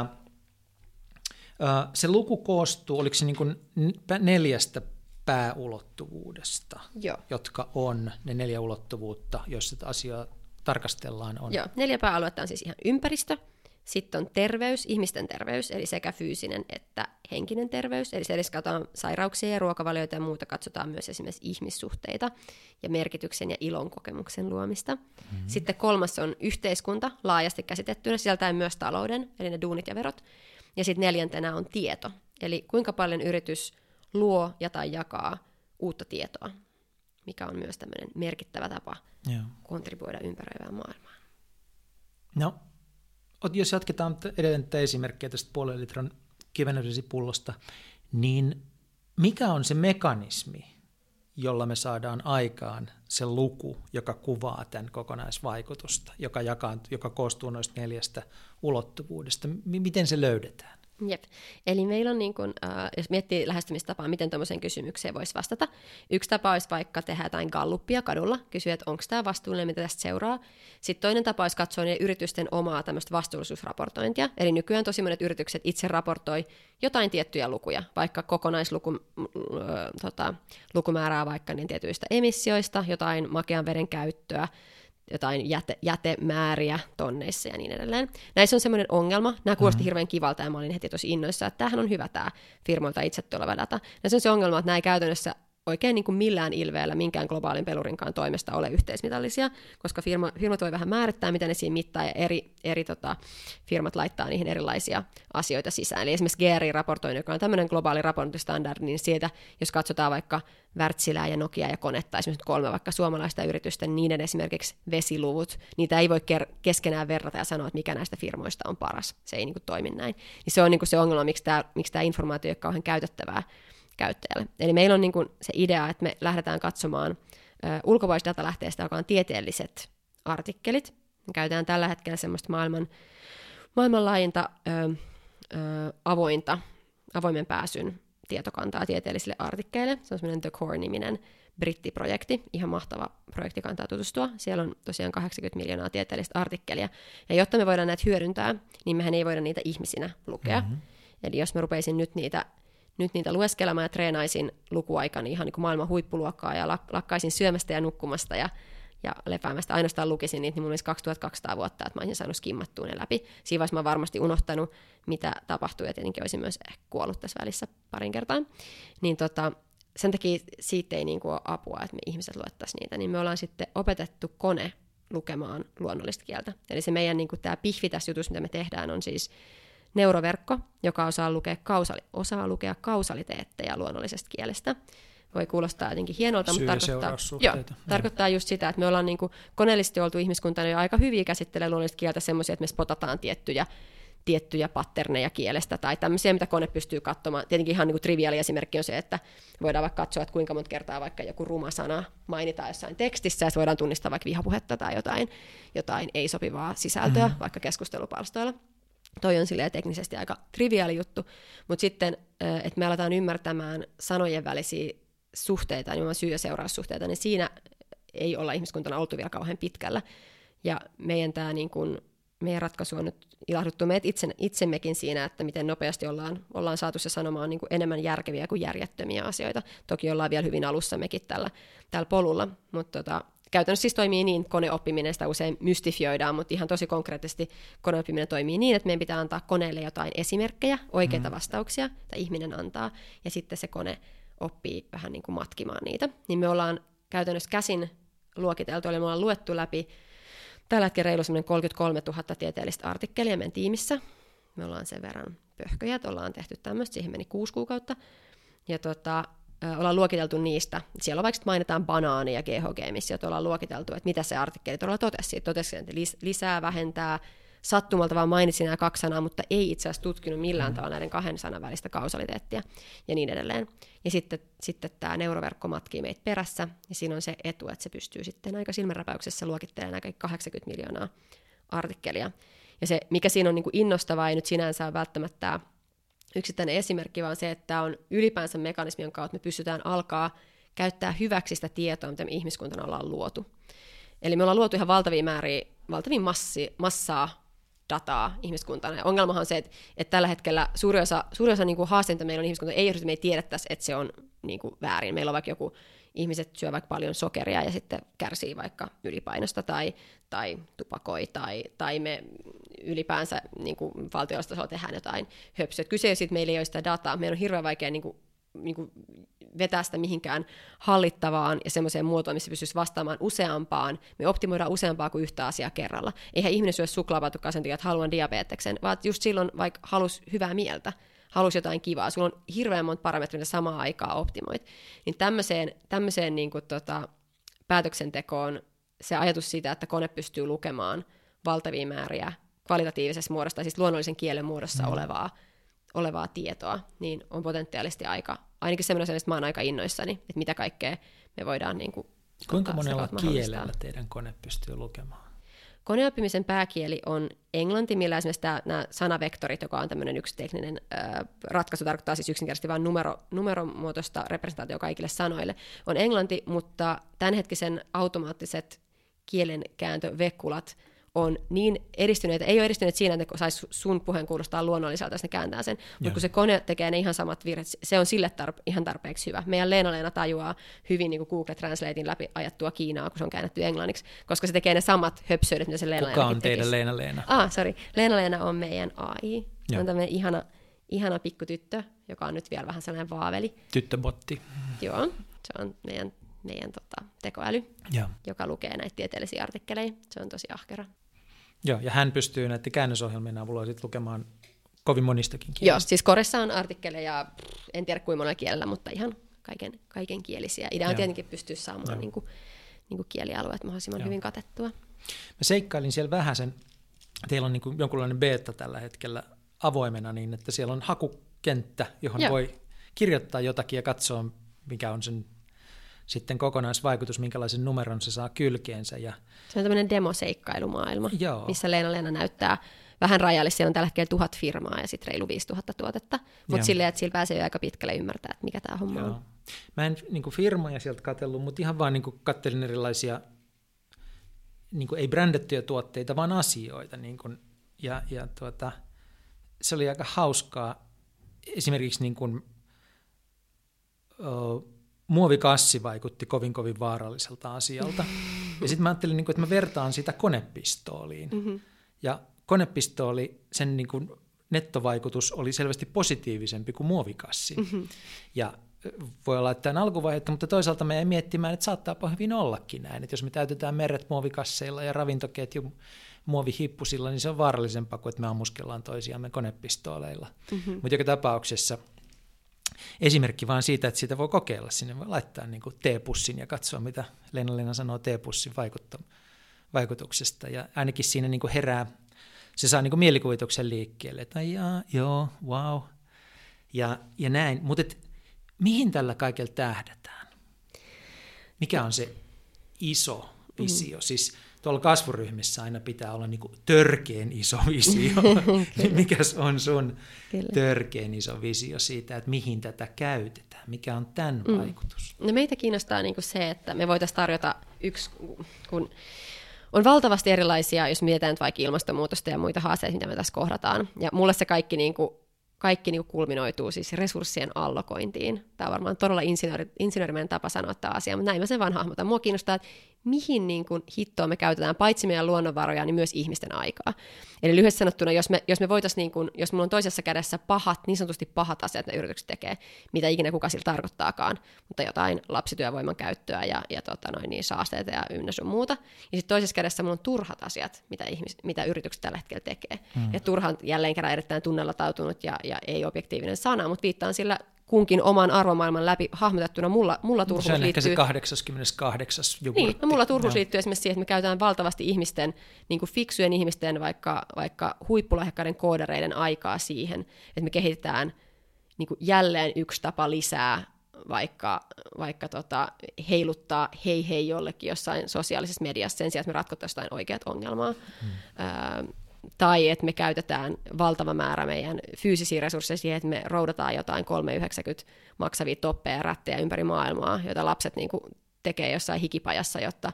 se luku koostuu, oliko se niin kuin 4 pääulottuvuudesta, jotka on ne 4 ulottuvuutta, joissa asiaa tarkastellaan. Joo, 4 pääaluetta on siis ihan ympäristö, sitten on terveys, ihmisten terveys, eli sekä fyysinen että henkinen terveys, eli siellä katsotaan sairauksia ja ruokavalioita ja muuta, katsotaan myös esimerkiksi ihmissuhteita ja merkityksen ja ilon kokemuksen luomista. Mm-hmm. Sitten 3 on yhteiskunta, laajasti käsitettynä, sisältää myös talouden, eli ne duunit ja verot. Ja sitten 4 on tieto, eli kuinka paljon yritys luo ja tai jakaa uutta tietoa, mikä on myös tämmöinen merkittävä tapa kontribuoida ympäröivään maailmaan. No, jos jatketaan edelleen esimerkkiä tästä puolen litran kivennäisvesipullosta, niin mikä on se mekanismi, jolla me saadaan aikaan se luku, joka kuvaa tämän kokonaisvaikutusta, joka koostuu noista 4 ulottuvuudesta? Miten se löydetään? Jep. Eli meillä on, niin kun, jos miettii lähestymistapaa, miten tuommoiseen kysymykseen voisi vastata. Yksi tapa olisi vaikka tehdä jotain galluppia kadulla, kysyä, että onko tämä vastuullinen, mitä tästä seuraa. Sitten toinen tapa olisi katsoa niiden yritysten omaa tämmöistä vastuullisuusraportointia. Eli nykyään tosi monet yritykset itse raportoi jotain tiettyjä lukuja, vaikka kokonaislukumäärää vaikka niin tietyistä emissioista, jotain makean veden käyttöä, jotain jätemääriä tonneissa ja niin edelleen. Näissä on semmoinen ongelma. Nämä kuulosti hirveän kivalta ja mä olin heti tosi innoissa, että tämähän on hyvä tämä firmoilta itse tuleva data. Näissä on se ongelma, että nämä ei käytännössä oikein niin kuin millään ilveellä minkään globaalin pelurinkaan toimesta ole yhteismitallisia, koska firmat voi vähän määrittää, mitä ne siinä mittaa, ja eri firmat laittaa niihin erilaisia asioita sisään. Eli esimerkiksi GRI-raportointi, joka on tämmöinen globaali raportointistandardi, niin sieltä, jos katsotaan vaikka Wärtsilää ja Nokia ja Konetta, esimerkiksi 3 vaikka suomalaista yritystä, niin niiden esimerkiksi vesiluvut, niitä ei voi keskenään verrata ja sanoa, että mikä näistä firmoista on paras. Se ei niin kuin toimi näin. Niin se on niin kuin se ongelma, miksi tämä informaatio ei ole kauhean käytettävää käyttäjälle. Eli meillä on niin kuin se idea, että me lähdetään katsomaan ulkopuolisesta datalähteestä, joka on tieteelliset artikkelit. Me käytetään tällä hetkellä semmoista maailmanlaajinta avoimen pääsyn tietokantaa tieteellisille artikkeille. Se on semmoinen The Core-niminen brittiprojekti, ihan mahtava projekti, kannattaa tutustua. Siellä on tosiaan 80 miljoonaa tieteellistä artikkelia. Ja jotta me voidaan näitä hyödyntää, niin mehän ei voida niitä ihmisinä lukea. Mm-hmm. Eli jos mä rupeisin nyt niitä lueskelemaan ja treenaisin lukuaikani ihan niin kuin maailman huippuluokkaa ja lakkaisin syömästä ja nukkumasta ja lepäämästä, ainoastaan lukisin niitä, niin mulla olisi 2200 vuotta, että mä olisin saanut skimmattua ne läpi. Siinä vaiheessa mä oon varmasti unohtanut, mitä tapahtui, ja tietenkin olisin myös kuollut tässä välissä parin kertaan. Niin sen takia siitä ei niin kuin ole apua, että me ihmiset luettaisiin niitä, niin me ollaan sitten opetettu kone lukemaan luonnollista kieltä. Eli se meidän niin kuin tämä pihvi tässä jutussa, mitä me tehdään, on siis neuroverkko, joka osaa lukea kausaliteetteja luonnollisesta kielestä. voi kuulostaa jotenkin hienolta, Syy- mutta tarkoittaa just sitä, että me ollaan niin kuin koneellisesti oltu ihmiskuntana jo aika hyviä käsittelee luonnollista kieltä semmoisia, että me spotataan tiettyjä patterneja kielestä tai tämmöisiä, mitä kone pystyy katsomaan. Tietenkin ihan niin kuin triviaali esimerkki on se, että voidaan vaikka katsoa, että kuinka monta kertaa vaikka joku ruma sana mainitaan jossain tekstissä, ja se voidaan tunnistaa vaikka vihapuhetta tai jotain ei-sopivaa sisältöä, vaikka keskustelupalstoilla. Toi on silleen teknisesti aika triviaali juttu, mutta sitten, että me aletaan ymmärtämään sanojen välisiä suhteita, nimenomaan syy- ja seuraussuhteita, niin siinä ei olla ihmiskuntana oltu vielä kauhean pitkällä. Ja meidän ratkaisu on nyt ilahduttu meidät itsemmekin siinä, että miten nopeasti ollaan saatu se sanomaan niin kuin enemmän järkeviä kuin järjettömiä asioita. Toki ollaan vielä hyvin alussa mekin tällä polulla, mutta käytännössä siis toimii niin, koneoppiminen sitä usein mystifioidaan, mutta ihan tosi konkreettisesti koneoppiminen toimii niin, että meidän pitää antaa koneelle jotain esimerkkejä, oikeita vastauksia, tai ihminen antaa, ja sitten se kone oppii vähän niin kuin matkimaan niitä. Niin me ollaan käytännössä käsin luokiteltu, eli me ollaan luettu läpi tällä hetkellä reilu 33 000 tieteellistä artikkelia meidän tiimissä. Me ollaan sen verran pöhköjä, että ollaan tehty tämmöistä, siihen meni 6 kuukautta. Ja ollaan luokiteltu niistä. Siellä on vaikka mainitaan banaania GHG, missä ollaan luokiteltu, että mitä se artikkeli todella totesi. Totesi, että lisää, vähentää, sattumalta vaan mainitsi nämä 2 sanaa, mutta ei itse asiassa tutkinut millään tavalla näiden 2 sanan välistä kausaliteettia ja niin edelleen. Ja sitten tämä neuroverkko matkii meitä perässä, ja siinä on se etu, että se pystyy sitten aika silmänräpäyksessä luokittelemaan aika 80 miljoonaa artikkelia. Ja se, mikä siinä on niin kuin innostavaa, ei nyt sinänsä ole välttämättä yksittäinen esimerkki, vaan se, että tämä on ylipäänsä mekanismi, jonka kautta me pystytään alkaa käyttää hyväksi sitä tietoa, mitä me ihmiskuntana ollaan luotu. Eli me ollaan luotu ihan valtavia massaa dataa ihmiskuntana. Ja ongelmahan on se, että tällä hetkellä suuri osa niin kuin haasteinta meillä on ihmiskunta, ei ole, että me ei tiedettäisi, että se on niin kuin väärin. Meillä on vaikka ihmiset syö vaikka paljon sokeria ja sitten kärsii vaikka ylipainosta tai tupakoi tai me ylipäänsä niin kuin valtiollistasolla tehdään jotain höpsöä. Kyse on siitä, että meillä ei ole sitä dataa. Meidän on hirveän vaikea niin kuin vetää sitä mihinkään hallittavaan ja semmoiseen muotoon, missä pystyisi vastaamaan useampaan. Me optimoidaan useampaa kuin yhtä asiaa kerralla. Eihän ihminen syö suklaapatukaa sen takia, että haluan diabeteksen, vaan just silloin vaikka halusi hyvää mieltä, halusi jotain kivaa. Sulla on hirveän monta parametria, mitä samaan aikaan optimoit. Niin tämmöiseen niin kuin päätöksentekoon se ajatus siitä, että kone pystyy lukemaan valtavia määriä kvalitatiivisessa muodossa, tai siis luonnollisen kielen muodossa olevaa tietoa, niin on potentiaalisesti ainakin semmoinen, että mä oon aika innoissani, että mitä kaikkea me voidaan niin kuin, kuinka monella kielellä teidän kone pystyy lukemaan? Koneoppimisen pääkieli on englanti, millä esimerkiksi nämä sanavektorit, joka on tämmöinen yksi tekninen ratkaisu, tarkoittaa siis yksinkertaisesti vain numeromuotoista representaatio kaikille sanoille, on englanti, mutta tämänhetkisen automaattiset kielenkääntövekkulat on niin edistyneitä, ei ole edistyneet siinä, että saisi sun puheen kuulostaa luonnolliselta, jos ne kääntää sen, mutta kun se kone tekee ne ihan samat virheet, se on sille ihan tarpeeksi hyvä. Meidän Leena-Leena tajuaa hyvin niin kuin Google Translatein läpi ajattua Kiinaa, kun se on käännetty englanniksi, koska se tekee ne samat höpsöydet, mitä se Leena-Leena Kuka on teidän Leena-Leena? Leena-Leena on meidän AI. Se on tämmöinen ihana pikkutyttö, joka on nyt vielä vähän sellainen vaaveli. Tyttöbotti. Joo, se on meidän tekoäly, joka lukee näitä tieteellisiä artikkeleja. Se on tosi ahkera. Joo, ja hän pystyy näiden käännösohjelmien avulla sit lukemaan kovin monistakin kielistä. Joo, siis Koressa on artikkeleja, en tiedä kuinka monella kielellä, mutta ihan kaiken kielisiä. Idea on tietenkin pystyä saamaan niin kuin kielialueet mahdollisimman hyvin katettua. Mä seikkailin siellä vähäsen, teillä on niin kuin jonkunlainen beta tällä hetkellä avoimena niin, että siellä on hakukenttä, johon voi kirjoittaa jotakin ja katsoa, mikä on sen sitten kokonaisvaikutus, minkälaisen numeron se saa kylkeensä. Ja se on tämmöinen demoseikkailumaailma, missä Leena näyttää vähän rajallisesti. Siellä on tällä hetkellä 1000 firmaa ja sitten reilu 5000 tuotetta, mutta silleen, että sillä pääsee jo aika pitkälle ymmärtää, että mikä tämä homma on. Mä en niin kuin firmoja sieltä katsellut, mutta ihan vaan niin kuin katselin erilaisia, niin kuin ei brändettyjä tuotteita, vaan asioita. Niin kuin, ja se oli aika hauskaa. Esimerkiksi niin kuin, muovikassi vaikutti kovin vaaralliselta asialta. Ja sitten mä ajattelin, että mä vertaan sitä konepistooliin. Mm-hmm. Ja konepistooli, sen niin kuin nettovaikutus oli selvästi positiivisempi kuin muovikassi. Mm-hmm. Ja voi olla, että tämän alkuvaihetta, mutta toisaalta me ei miettimään, että saattaapa hyvin ollakin näin. Että jos me täytetään meret muovikasseilla ja ravintoketju muovihippusilla, niin se on vaarallisempaa kuin, että me ammuskellaan toisiamme konepistooleilla. Mm-hmm. Mutta joka tapauksessa esimerkki vaan siitä, että sitä voi kokeilla. Sinne voi laittaa niin kuin teepussin ja katsoa, mitä Leena sanoo teepussin vaikutuksesta. Ja ainakin siinä niin kuin herää, se saa niin kuin mielikuvituksen liikkeelle, että joo, wow. Ja näin. Mutta mihin tällä kaikella tähdätään? Mikä on se iso visio? Siis tuolla kasvuryhmissä aina pitää olla niin kuin törkeän iso visio. Mikäs on sun törkeän iso visio siitä, että mihin tätä käytetään? Mikä on tämän vaikutus? No meitä kiinnostaa niin kuin se, että me voitaisiin tarjota kun on valtavasti erilaisia, jos mietitään vaikka ilmastonmuutosta ja muita haasteita, mitä me tässä kohdataan. Ja mulle se kaikki kulminoituu siis resurssien allokointiin. Tämä on varmaan todella insinööriminen tapa sanoa tämä asia, mutta näin mä sen vaan hahmotan. Mua kiinnostaa, että mihin niin kuin hittoa me käytetään paitsi meidän luonnonvaroja, niin myös ihmisten aikaa. Eli lyhyesti sanottuna, jos me voitaisiin, niin kuin, jos mulla on toisessa kädessä niin sanotusti pahat asiat, ne yritykset tekee, mitä ikinä kuka sillä tarkoittaakaan, mutta jotain lapsityövoiman käyttöä ja saasteita ja ynnä sun muuta. Ja sitten toisessa kädessä mulla on turhat asiat, mitä yritykset tällä hetkellä tekee. Ja turhan jälleen kerran erittäin tunnelatautunut ja ei objektiivinen sana, mutta viittaan sillä kunkin oman arvomaailman läpi hahmotettuna mulla turhuus liittyy... Se on ehkä se 88. jogurtti. Niin, mulla turhuus liittyy esimerkiksi siihen, että me käytetään valtavasti ihmisten, niin kuin fiksujen ihmisten, vaikka huippulahjakkaiden koodareiden aikaa siihen, että me kehitetään niin kuin jälleen yksi tapa lisää, vaikka heiluttaa hei jollekin jossain sosiaalisessa mediassa sen sijaan, että me ratkottaisiin jotain oikeat ongelmaa. Tai että me käytetään valtava määrä meidän fyysisiä resursseja siihen, että me roudataan jotain 3,90 maksavia toppeja ja rättejä ympäri maailmaa, joita lapset niin kuin tekee jossain hikipajassa, jotta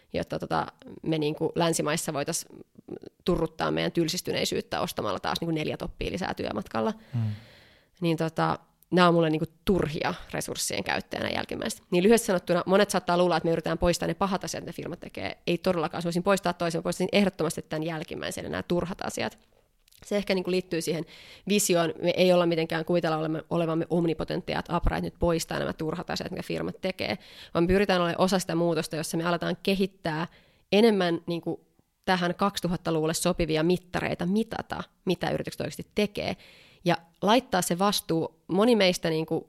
me niin kuin länsimaissa voitaisiin turruttaa meidän tylsistyneisyyttä ostamalla taas niin kuin 4 toppia lisää työmatkalla. Niin nämä on mulle niin kuin turhia resurssien käyttäjänä jälkimmäistä. Niin lyhyesti sanottuna, monet saattaa luulla, että me yritetään poistaa ne pahat asiat, ne firmat tekee. Ei todellakaan, voisin poistaa toisen, poistaisin ehdottomasti tämän jälkimmäisen ja nämä turhat asiat. Se ehkä niin kuin liittyy siihen visioon. Me ei olla mitenkään kuvitella olevamme omnipotentteja, että Upright nyt poistaa nämä turhat asiat, mitä firmat tekee, vaan me pyritään olemaan osa sitä muutosta, jossa me aletaan kehittää enemmän niin kuin tähän 2000-luvulle sopivia mittareita mitata, mitä yritykset oikeasti tekee, ja laittaa se vastuu. Moni meistä niin kuin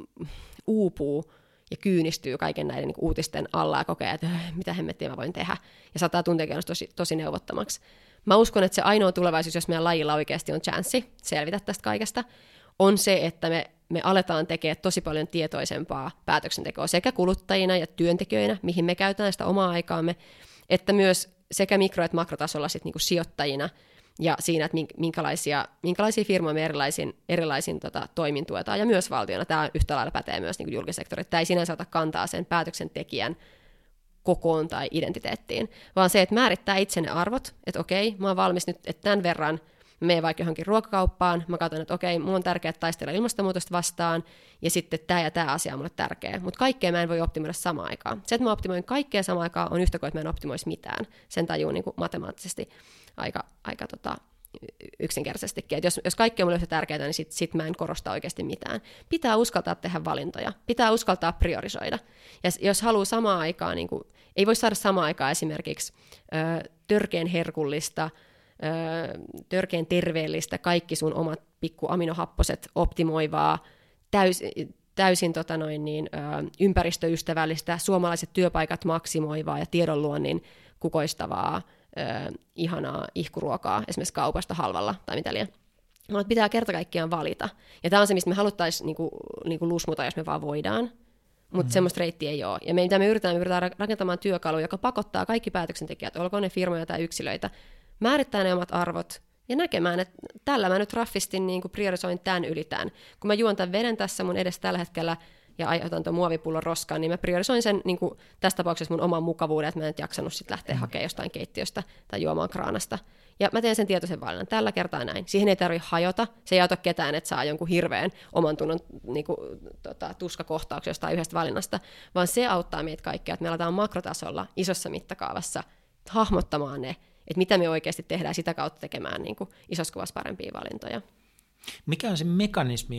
uupuu ja kyynistyy kaiken näiden niin kuin uutisten alla ja kokee, että mitä hemmettiä mä voin tehdä, ja saattaa tunteekin tosi neuvottomaksi. Mä uskon, että se ainoa tulevaisuus, jos meidän lajilla oikeasti on chanssi selvitä tästä kaikesta, on se, että me aletaan tekemään tosi paljon tietoisempaa päätöksentekoa sekä kuluttajina ja työntekijöinä, mihin me käytetään sitä omaa aikaamme, että myös sekä mikro- että makrotasolla sit niinku sijoittajina ja siinä, että minkälaisia firmoja me erilaisin toimin tuetaan, ja myös valtiona. Tämä yhtä lailla pätee myös niinku julkisektori. Tämä ei sinänsä ota kantaa sen päätöksentekijän kokoon tai identiteettiin, vaan se, että määrittää itse ne arvot, että okei, mä oon valmis nyt, että tämän verran mä menen vaikka johonkin ruokakauppaan, mä katson, että okei, mulla on tärkeää taistella ilmastonmuutosta vastaan, ja sitten tämä ja tämä asia on mulle tärkeä, mutta kaikkea mä en voi optimoida samaan aikaan. Se, että mä optimoin kaikkea samaan aikaan, on yhtä kuin, että mä en optimoisi mitään. Sen tajuu niin kuin matemaattisesti aika yksinkertaisestikin. Että jos kaikki on mulle yhtä tärkeää, niin sit mä en korosta oikeasti mitään. Pitää uskaltaa tehdä valintoja, pitää uskaltaa priorisoida. Ja jos haluaa samaan aikaan, niin kuin, ei voi saada samaan aikaan esimerkiksi törkeän herkullista, törkeän terveellistä, kaikki sun omat pikku aminohapposet optimoivaa, täysin ympäristöystävällistä, suomalaiset työpaikat maksimoivaa ja tiedonluonnin kukoistavaa, ihanaa ihkuruokaa esimerkiksi kaupasta halvalla tai mitä liian. Mutta pitää kerta kaikkiaan valita. Ja tämä on se, mistä me haluttaisiin niinku lusmuta, jos me vaan voidaan. Mutta semmoista reittiä ei ole. Ja mitä me yritetään rakentamaan työkaluja, joka pakottaa kaikki päätöksentekijät, olkoon ne firmoja tai yksilöitä, määrittää ne omat arvot ja näkemään, että tällä mä nyt raffisti niin kuin priorisoin tämän yli tämän. Kun mä juon tämän veden tässä mun edessä tällä hetkellä ja aiheutan tuon muovipullon roskaan, niin mä priorisoin sen niin kuin tässä tapauksessa mun oman mukavuuden, että mä en nyt jaksanut sitten lähteä hakemaan jostain keittiöstä tai juomaan kraanasta. Ja mä teen sen tietoisen valinnan tällä kertaa näin. Siihen ei tarvitse hajota, se ei auta ketään, että saa jonkun hirveän oman tunnon niin kuin, tuskakohtauksia jostain yhdestä valinnasta, vaan se auttaa meitä kaikkia, että me aletaan makrotasolla, isossa mittakaavassa hahmottamaan ne, että mitä me oikeasti tehdään sitä kautta tekemään niin kuin isossa kuvassa parempia valintoja. Mikä on se mekanismi,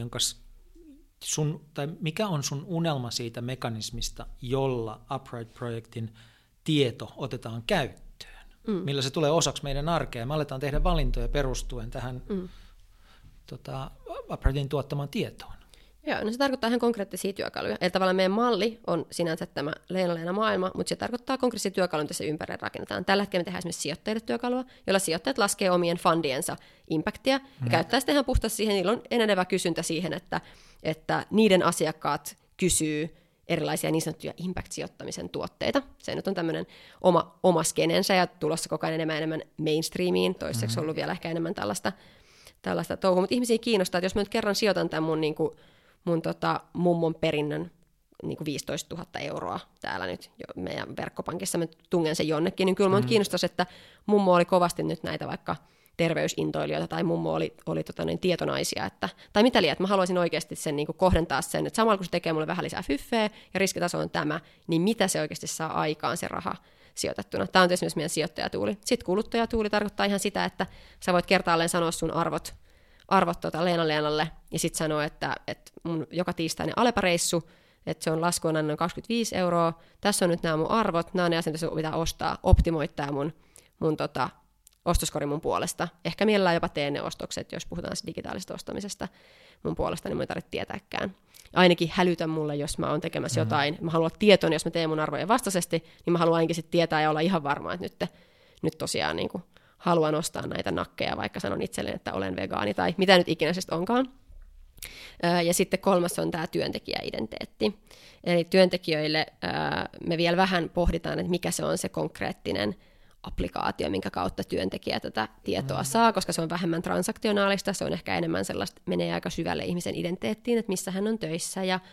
mikä on sun unelma siitä mekanismista, jolla Upright-projektin tieto otetaan käyttöön? Millä se tulee osaksi meidän arkea? Me aletaan tehdä valintoja perustuen tähän Uprightin tuottamaan tietoon. Joo, no se tarkoittaa ihan konkreettisia työkaluja. Eli tavallaan meidän malli on sinänsä tämä Leena maailma, mutta se tarkoittaa konkreettisia työkaluja, mitä se ympärille rakennetaan. Tällä hetkellä me tehdään esimerkiksi sijoittajille työkalua, jolla sijoittajat laskee omien fundiensa impactia ja käyttää sitä ihan puhtaasti siihen. Niillä on enenevä kysyntä siihen, että niiden asiakkaat kysyy erilaisia niin sanottuja impact-sijoittamisen tuotteita. Se nyt on tämmöinen oma skenensä ja tulossa koko ajan enemmän mainstreamiin. Toiseksi on ollut vielä ehkä enemmän tällaista touhua. Mutta ihmisiä kiinnostaa, että jos mä nyt kerran sijoitan tämän mun mummon perinnön 15 000 euroa täällä nyt meidän verkkopankissa, mä tungen sen jonnekin, niin kyllä minua kiinnostaisi, että mummo oli kovasti nyt näitä vaikka terveysintoilijoita tai mummo oli tietonaisia, tai mitä liian, että mä haluaisin oikeasti sen niin kuin kohdentaa sen, että samalla kun se tekee mulle vähän lisää fyffeä ja riskitaso on tämä, niin mitä se oikeasti saa aikaan se raha sijoitettuna. Tämä on esimerkiksi meidän sijoittajatuuli. Sitten kuluttajatuuli tarkoittaa ihan sitä, että sä voit kertaalleen sanoa sun arvot Leenalle, ja sitten sanoa, että mun joka tiistainen Alepa-reissu, että se on laskuena noin 25 €, tässä on nyt nämä mun arvot, nämä on ne asiat, joita pitää ostaa, optimoit tämä mun ostoskori mun puolesta. Ehkä mielellään jopa teen ne ostokset, jos puhutaan digitaalisesta ostamisesta mun puolesta, niin mun ei tarvitse tietääkään. Ainakin hälytä mulle, jos mä oon tekemässä jotain. Mä haluan tietoon, jos mä teen mun arvojen vastaisesti, niin mä haluan ainakin sit tietää ja olla ihan varma, että nyt tosiaan niin kuin haluan ostaa näitä nakkeja, vaikka sanon itselleen, että olen vegaani tai mitä nyt ikinä se onkaan. Ja sitten kolmas on tämä työntekijäidentiteetti. Eli työntekijöille me vielä vähän pohditaan, että mikä se on se konkreettinen applikaatio, minkä kautta työntekijä tätä tietoa saa, koska se on vähemmän transaktionaalista, se on ehkä enemmän sellaista, menee aika syvälle ihmisen identiteettiin, että missä hän on töissä ja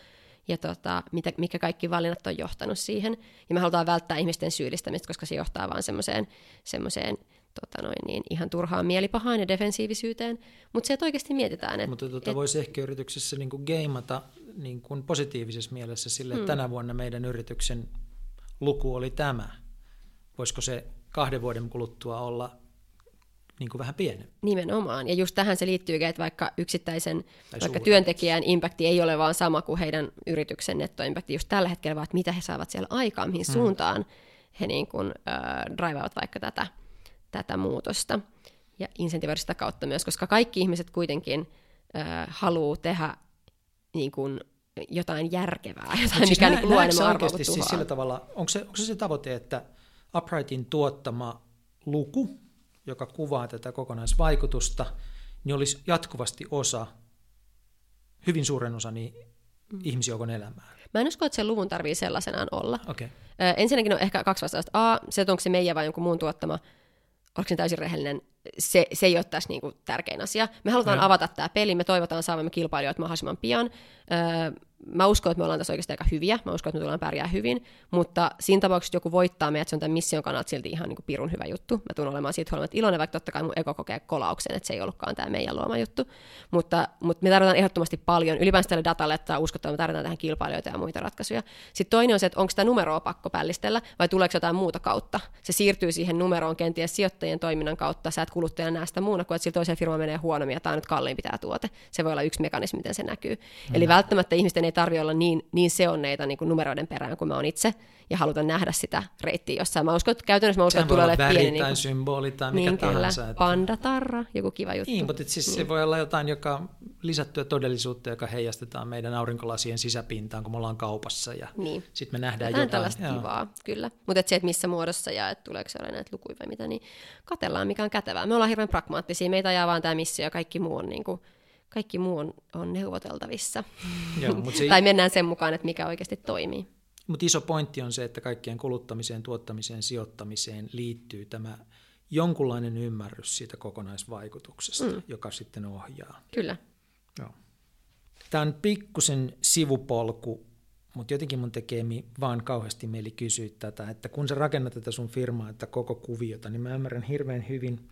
mikä kaikki valinnat on johtanut siihen. Ja me halutaan välttää ihmisten syyllistämistä, koska se johtaa vaan semmoiseen ihan turhaan mielipahaan ja defensiivisyyteen, mutta se, että oikeasti mietitään. Mutta voisi ehkä yrityksessä niin kuin geimata niin kuin positiivisessa mielessä sille, että tänä vuonna meidän yrityksen luku oli tämä. Voisiko se 2 vuoden kuluttua olla niin kuin vähän pienempi? Nimenomaan. Ja just tähän se liittyy, että vaikka työntekijän impacti ei ole vaan sama kuin heidän yrityksen nettoimpacti just tällä hetkellä, vaan että mitä he saavat siellä aikaan, mihin suuntaan he niin kuin, drivaavat vaikka tätä muutosta. Ja insentivoida sitä kautta myös, koska kaikki ihmiset kuitenkin haluaa tehdä niin kuin jotain järkevää, jotain, mikä niin luo enemmän arvoa kuin tuhoa. Siis sillä tavalla, onko se tavoite, että Uprightin tuottama luku, joka kuvaa tätä kokonaisvaikutusta, niin olisi jatkuvasti hyvin suuren osa ihmisjoukon elämää? Mä en usko, että sen luvun tarvii sellaisenaan olla. Okay. Ensinnäkin on ehkä 2 vastausta. Se, että onko se meidän vai jonkun muun tuottama, oliko se täysin rehellinen, se ei ole tässä niinku tärkein asia. Me halutaan avata tämä peli, me toivotaan saavamme kilpailijoita mahdollisimman pian. Mä uskon, että me ollaan tässä oikeasti aika hyviä, mä uskon, että me tullaan pärjää hyvin, mutta siinä tapauksessa joku voittaa meidät, se on tämän mission kannalta silti ihan niin pirun hyvä juttu. Mä tulen olemaan siitä huolimatta iloinen, vaikka totta kai mun ego kokee kolauksen, että se ei ollutkaan tämä meidän luoma juttu. Mutta me tarvitaan ehdottomasti paljon, ylipäänsä tälle datalle, että uskotaan, me tarvitaan tähän kilpailijoita ja muita ratkaisuja. Sitten toinen on se, että onko sitä numeroa pakko pällistellä vai tuleeko jotain muuta kautta. Se siirtyy siihen numeroon kenties sijoittajien toiminnan kautta, sä et kuluttajana näe sitä muuna kuin, että sillä toisella firma menee huonommin ja tämä on nyt kalliimpi tämä tuote. Se voi olla yksi mekanismi, miten se näkyy. Eli välttämättä ihmisten ei tarvitse olla niin seonneita niin kuin numeroiden perään kuin mä oon itse, ja halutaan nähdä sitä reittiä jossain. Mä uskon, että käytännössä tulee olemaan pieni. Väri tai symboli tai mikä tahansa. Kyllä, pandatarra, joku kiva juttu. Niin, mutta siis se voi olla jotain, joka lisättyä todellisuutta, joka heijastetaan meidän aurinkolasien sisäpintaan, kun me ollaan kaupassa, ja sitten me nähdään jotain. Tällaista kivaa, kyllä. Mutta se, että missä muodossa ja että tuleeko se olla näitä lukuja vai mitä, niin katsellaan, mikä on kätevää. Me ollaan hirveän pragmaattisia, meitä ajaa vaan tämä missio, ja kaikki muu on neuvoteltavissa. Joo, tai mennään sen mukaan, että mikä oikeasti toimii. Mutta iso pointti on se, että kaikkien kuluttamiseen, tuottamiseen, sijoittamiseen liittyy tämä jonkunlainen ymmärrys siitä kokonaisvaikutuksesta, joka sitten ohjaa. Kyllä. Joo. Tämä on pikkusen sivupolku, mutta jotenkin mun tekee vaan kauheasti mieli kysyä tätä, että kun sä rakennat tätä sun firmaa, että koko kuviota, niin mä ymmärrän hirveän hyvin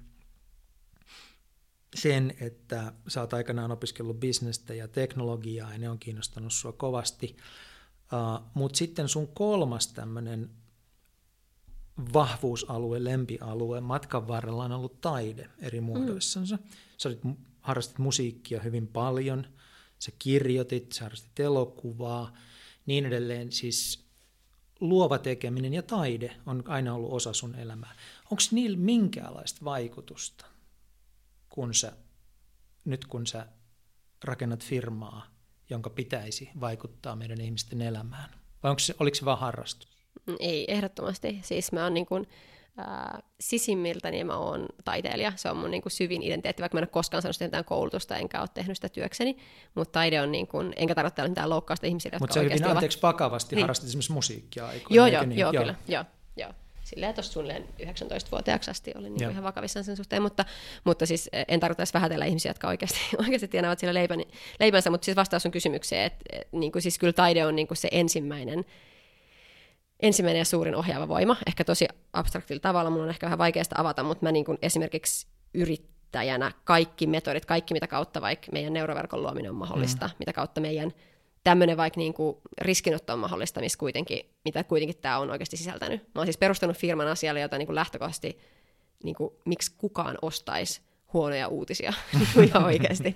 sen, että sä oot aikanaan opiskellut bisnestä ja teknologiaa ja ne on kiinnostanut sua kovasti, mutta sitten sun 3. tämmöinen vahvuusalue, lempialue matkan varrella on ollut taide eri muodoissansa. Sä harrastit musiikkia hyvin paljon, sä kirjoitit, sä harrastit elokuvaa, niin edelleen. Siis luova tekeminen ja taide on aina ollut osa sun elämää. Onko niillä minkäänlaista vaikutusta, kun sä rakennat firmaa jonka pitäisi vaikuttaa meidän ihmisten elämään? Vai oliko se vaan harrastus? Ei, ehdottomasti. Siis mä oon niin kuin, sisimmiltäni mä oon taiteilija. Se on mun niin kuin syvin identiteetti, vaikka mä en ole koskaan saanut mitään koulutusta, enkä ole tehnyt sitä työkseni. Mutta taide on, niin kuin, enkä tarvitse täällä mitään loukkausta ihmisille, jotka oikeasti oikeasti ovat... Mutta vakavasti harrastit esimerkiksi musiikkia aikoina. Joo, kyllä. Joo. Silleen tuossa suunnilleen 19-vuotiaaksi asti olin niin ihan vakavissaan sen suhteen, mutta siis en tarkoita vähätellä ihmisiä, jotka oikeasti tienaavat sillä leipänsä, mutta siis vastaus on kysymykseen, että niin kuin, siis kyllä taide on niin kuin se ensimmäinen ja suurin ohjaava voima, ehkä tosi abstraktilla tavalla, mun on ehkä vähän vaikeasta avata, mutta mä niin kuin esimerkiksi yrittäjänä kaikki metodit, kaikki mitä kautta vaikka meidän neuroverkon luominen on mahdollista, mitä kautta meidän tämmöinen vaikka niinku riskinotto on mahdollista, mitä kuitenkin tämä on oikeasti sisältänyt. Mä oon siis perustanut firman asialle, jota niinku lähtökohtaisesti, niinku, miksi kukaan ostaisi huonoja uutisia ihan oikeasti.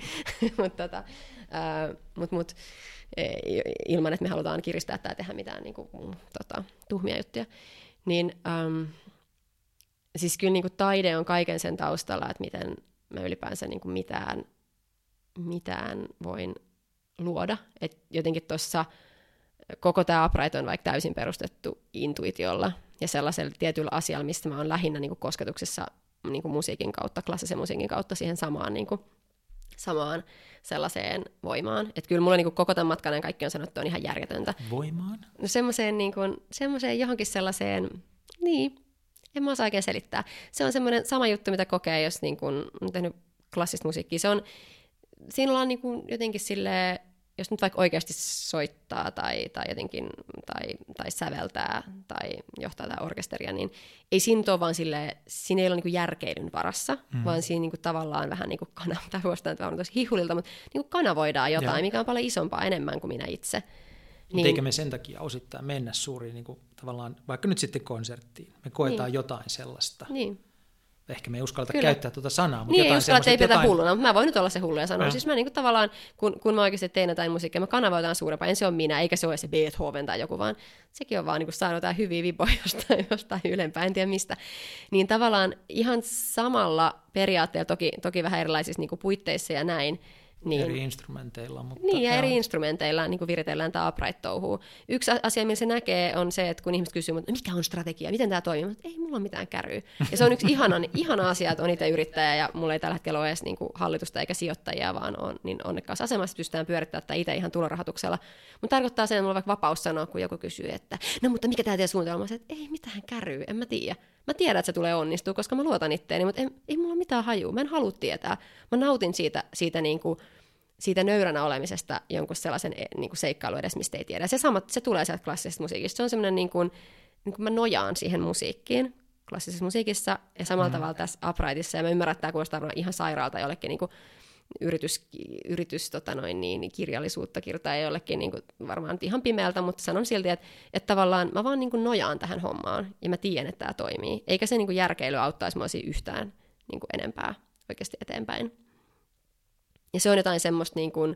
Mutta ilman, että me halutaan kiristää tai tehdä mitään niinku, tuhmia juttuja. Niin, siis kyllä niinku, taide on kaiken sen taustalla, että miten mä ylipäänsä niinku, mitään voin luoda. Et jotenkin tuossa koko tämä Upright on vaikka täysin perustettu intuitiolla ja sellaisella tietyllä asialla, mistä mä oon lähinnä niin kuin kosketuksessa niin kuin musiikin kautta, klassisen musiikin kautta siihen samaan sellaiseen voimaan. Että kyllä mulla niin kuin koko tämän matkan kaikki on sanottu, on ihan järjetöntä. Voimaan? No semmoiseen johonkin sellaiseen, niin, en mä osaa oikein selittää. Se on semmoinen sama juttu, mitä kokee, jos niin kuin, on tehnyt klassista musiikkia. Siinä ollaan niin kuin jotenkin silleen, jos nyt vaikka oikeasti soittaa tai säveltää tai johtaa tätä orkesteria, niin ei siinä ole vaan silleen, siinä ei ole niin kuin järkeilyn varassa, vaan siinä niin kuin tavallaan vähän niin kuin tai huostaan tosi hihulilta, mutta niin kuin kanavoidaan jotain, mikä on paljon isompaa enemmän kuin minä itse. Niin, eikä me sen takia osittain mennä suuriin, niin kuin tavallaan, vaikka nyt sitten konserttiin, me koetaan jotain sellaista. Niin. Ehkä me ei uskalleta käyttää tuota sanaa. Mutta niin, ei uskalla, että ei pidetä hulluna, mutta mä voin nyt olla se hullu ja sanoa. Siis mä niin kuin tavallaan, kun mä oikeasti tein jotain musiikkia, mä kanavoitaan suurempaa. En se ole minä, eikä se ole se Beethoven tai joku, vaan sekin on vaan niin kuin saanut jotain hyviä viboja jostain ylempää, en tiedä mistä. Niin tavallaan ihan samalla periaatteella, toki vähän erilaisissa niin kuin puitteissa ja näin, niin, eri instrumenteilla. Mutta niin, ja eri instrumenteilla niin kuin viritellään tämä Upright-touhuu. Yksi asia, millä se näkee, on se, että kun ihmiset kysyy, että mikä on strategia, miten tämä toimii, mutta ei mulla ole mitään käryä. Ja se on yksi ihana asia, että on itse yrittäjä, ja mulla ei tällä hetkellä ole edes niin kuin hallitusta eikä sijoittajia, vaan on niin onnekkaassa asemassa, pystytään pyörittämään tätä itse ihan tulorahoituksella. Mutta tarkoittaa sen, että mulla on vaikka vapaus sanoa, kun joku kysyy, että no mutta mikä tämä teidän suunnitelma on, että ei mitään käryä, en mä tiedä. Mä tiedän, että se tulee onnistua, koska mä luotan itteeni, mutta ei mulla mitään hajua. Mä en halua tietää. Mä nautin siitä nöyränä olemisesta jonkun sellaisen niin kuin seikkailu edes, mistä ei tiedä. Se tulee sieltä klassisesta musiikista. Se on semmoinen, niin kuin mä nojaan siihen musiikkiin klassisessa musiikissa ja samalla tavalla tässä Uprightissa. Ja mä ymmärrän, että tämä kuulostaa ihan sairaalta jollekin niin kuin yritys kirjallisuutta kirjoittaa jollekin niin kuin, varmaan ihan pimeältä, mutta sanon silti, että tavallaan mä vaan niin kuin nojaan tähän hommaan ja mä tiedän, että tämä toimii. Eikä se niin kuin järkeily auttaisi mua yhtään niin kuin enempää oikeasti eteenpäin. Ja se on jotain semmoista, niin kuin,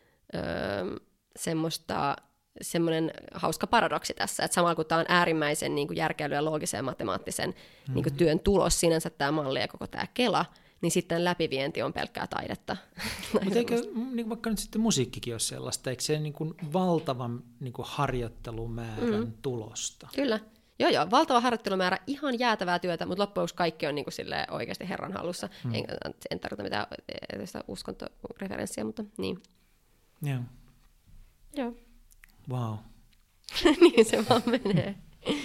semmoinen hauska paradoksi tässä, että samalla kun tämä on äärimmäisen niin kuin järkeily- ja loogisen ja matemaattisen niin kuin työn tulos sinänsä tämä malli ja koko tämä Kela, niin sitten läpivienti on pelkkää taidetta. Mutta eikö niin vaikka nyt sitten musiikkikin ole sellaista, eikö se niin kuin valtavan niin kuin harjoittelumäärän tulosta? Kyllä. Joo, valtava harjoittelumäärä, ihan jäätävää työtä, mutta loppujen lopuksi kaikki on niin kuin oikeasti Herran hallussa. En tarkoita mitään uskontoreferenssiä, mutta niin. Joo. Wow. Niin se vaan menee.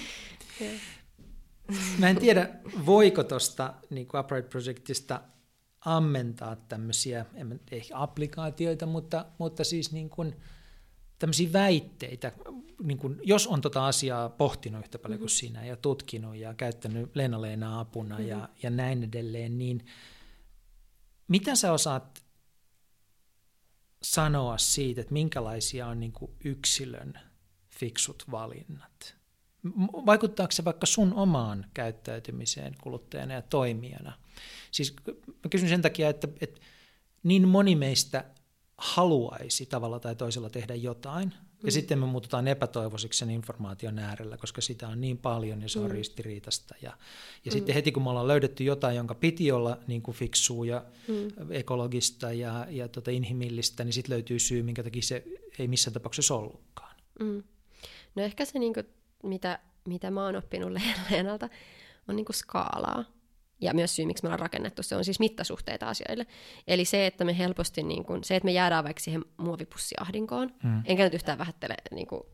Mä en tiedä, voiko tuosta niin Upright Projectista ammentaa tämmöisiä, ei applikaatioita, mutta siis niin kuin tämmöisiä väitteitä, niin kun, jos on tota asiaa pohtinut yhtä paljon kuin sinä ja tutkinut ja käyttänyt Leena-Leenaa apuna ja näin edelleen, niin mitä sä osaat sanoa siitä, että minkälaisia on niin kuin yksilön fiksut valinnat? Vaikuttaako se vaikka sun omaan käyttäytymiseen kuluttajana ja toimijana? Siis mä kysyn sen takia, että niin moni meistä haluaisi tavalla tai toisella tehdä jotain, Ja sitten me muututaan epätoivoisiksi sen informaation äärellä, koska sitä on niin paljon ja se on ristiriitasta. Ja sitten heti kun me ollaan löydetty jotain, jonka piti olla niin kuin fiksua ja ekologista ja inhimillistä, niin sitten löytyy syy, minkä takia se ei missään tapauksessa ollutkaan. No ehkä se, niin kuin, mitä mä oon oppinut Leenalta, on niin kuin skaalaa. Ja myös syy, miksi me ollaan rakennettu, se on siis mittasuhteita asioille. Eli se, että me helposti, niin kun, se, että me jäädään vaikka siihen muovipussiahdinkoon, enkä nyt yhtään vähättele, niin kun,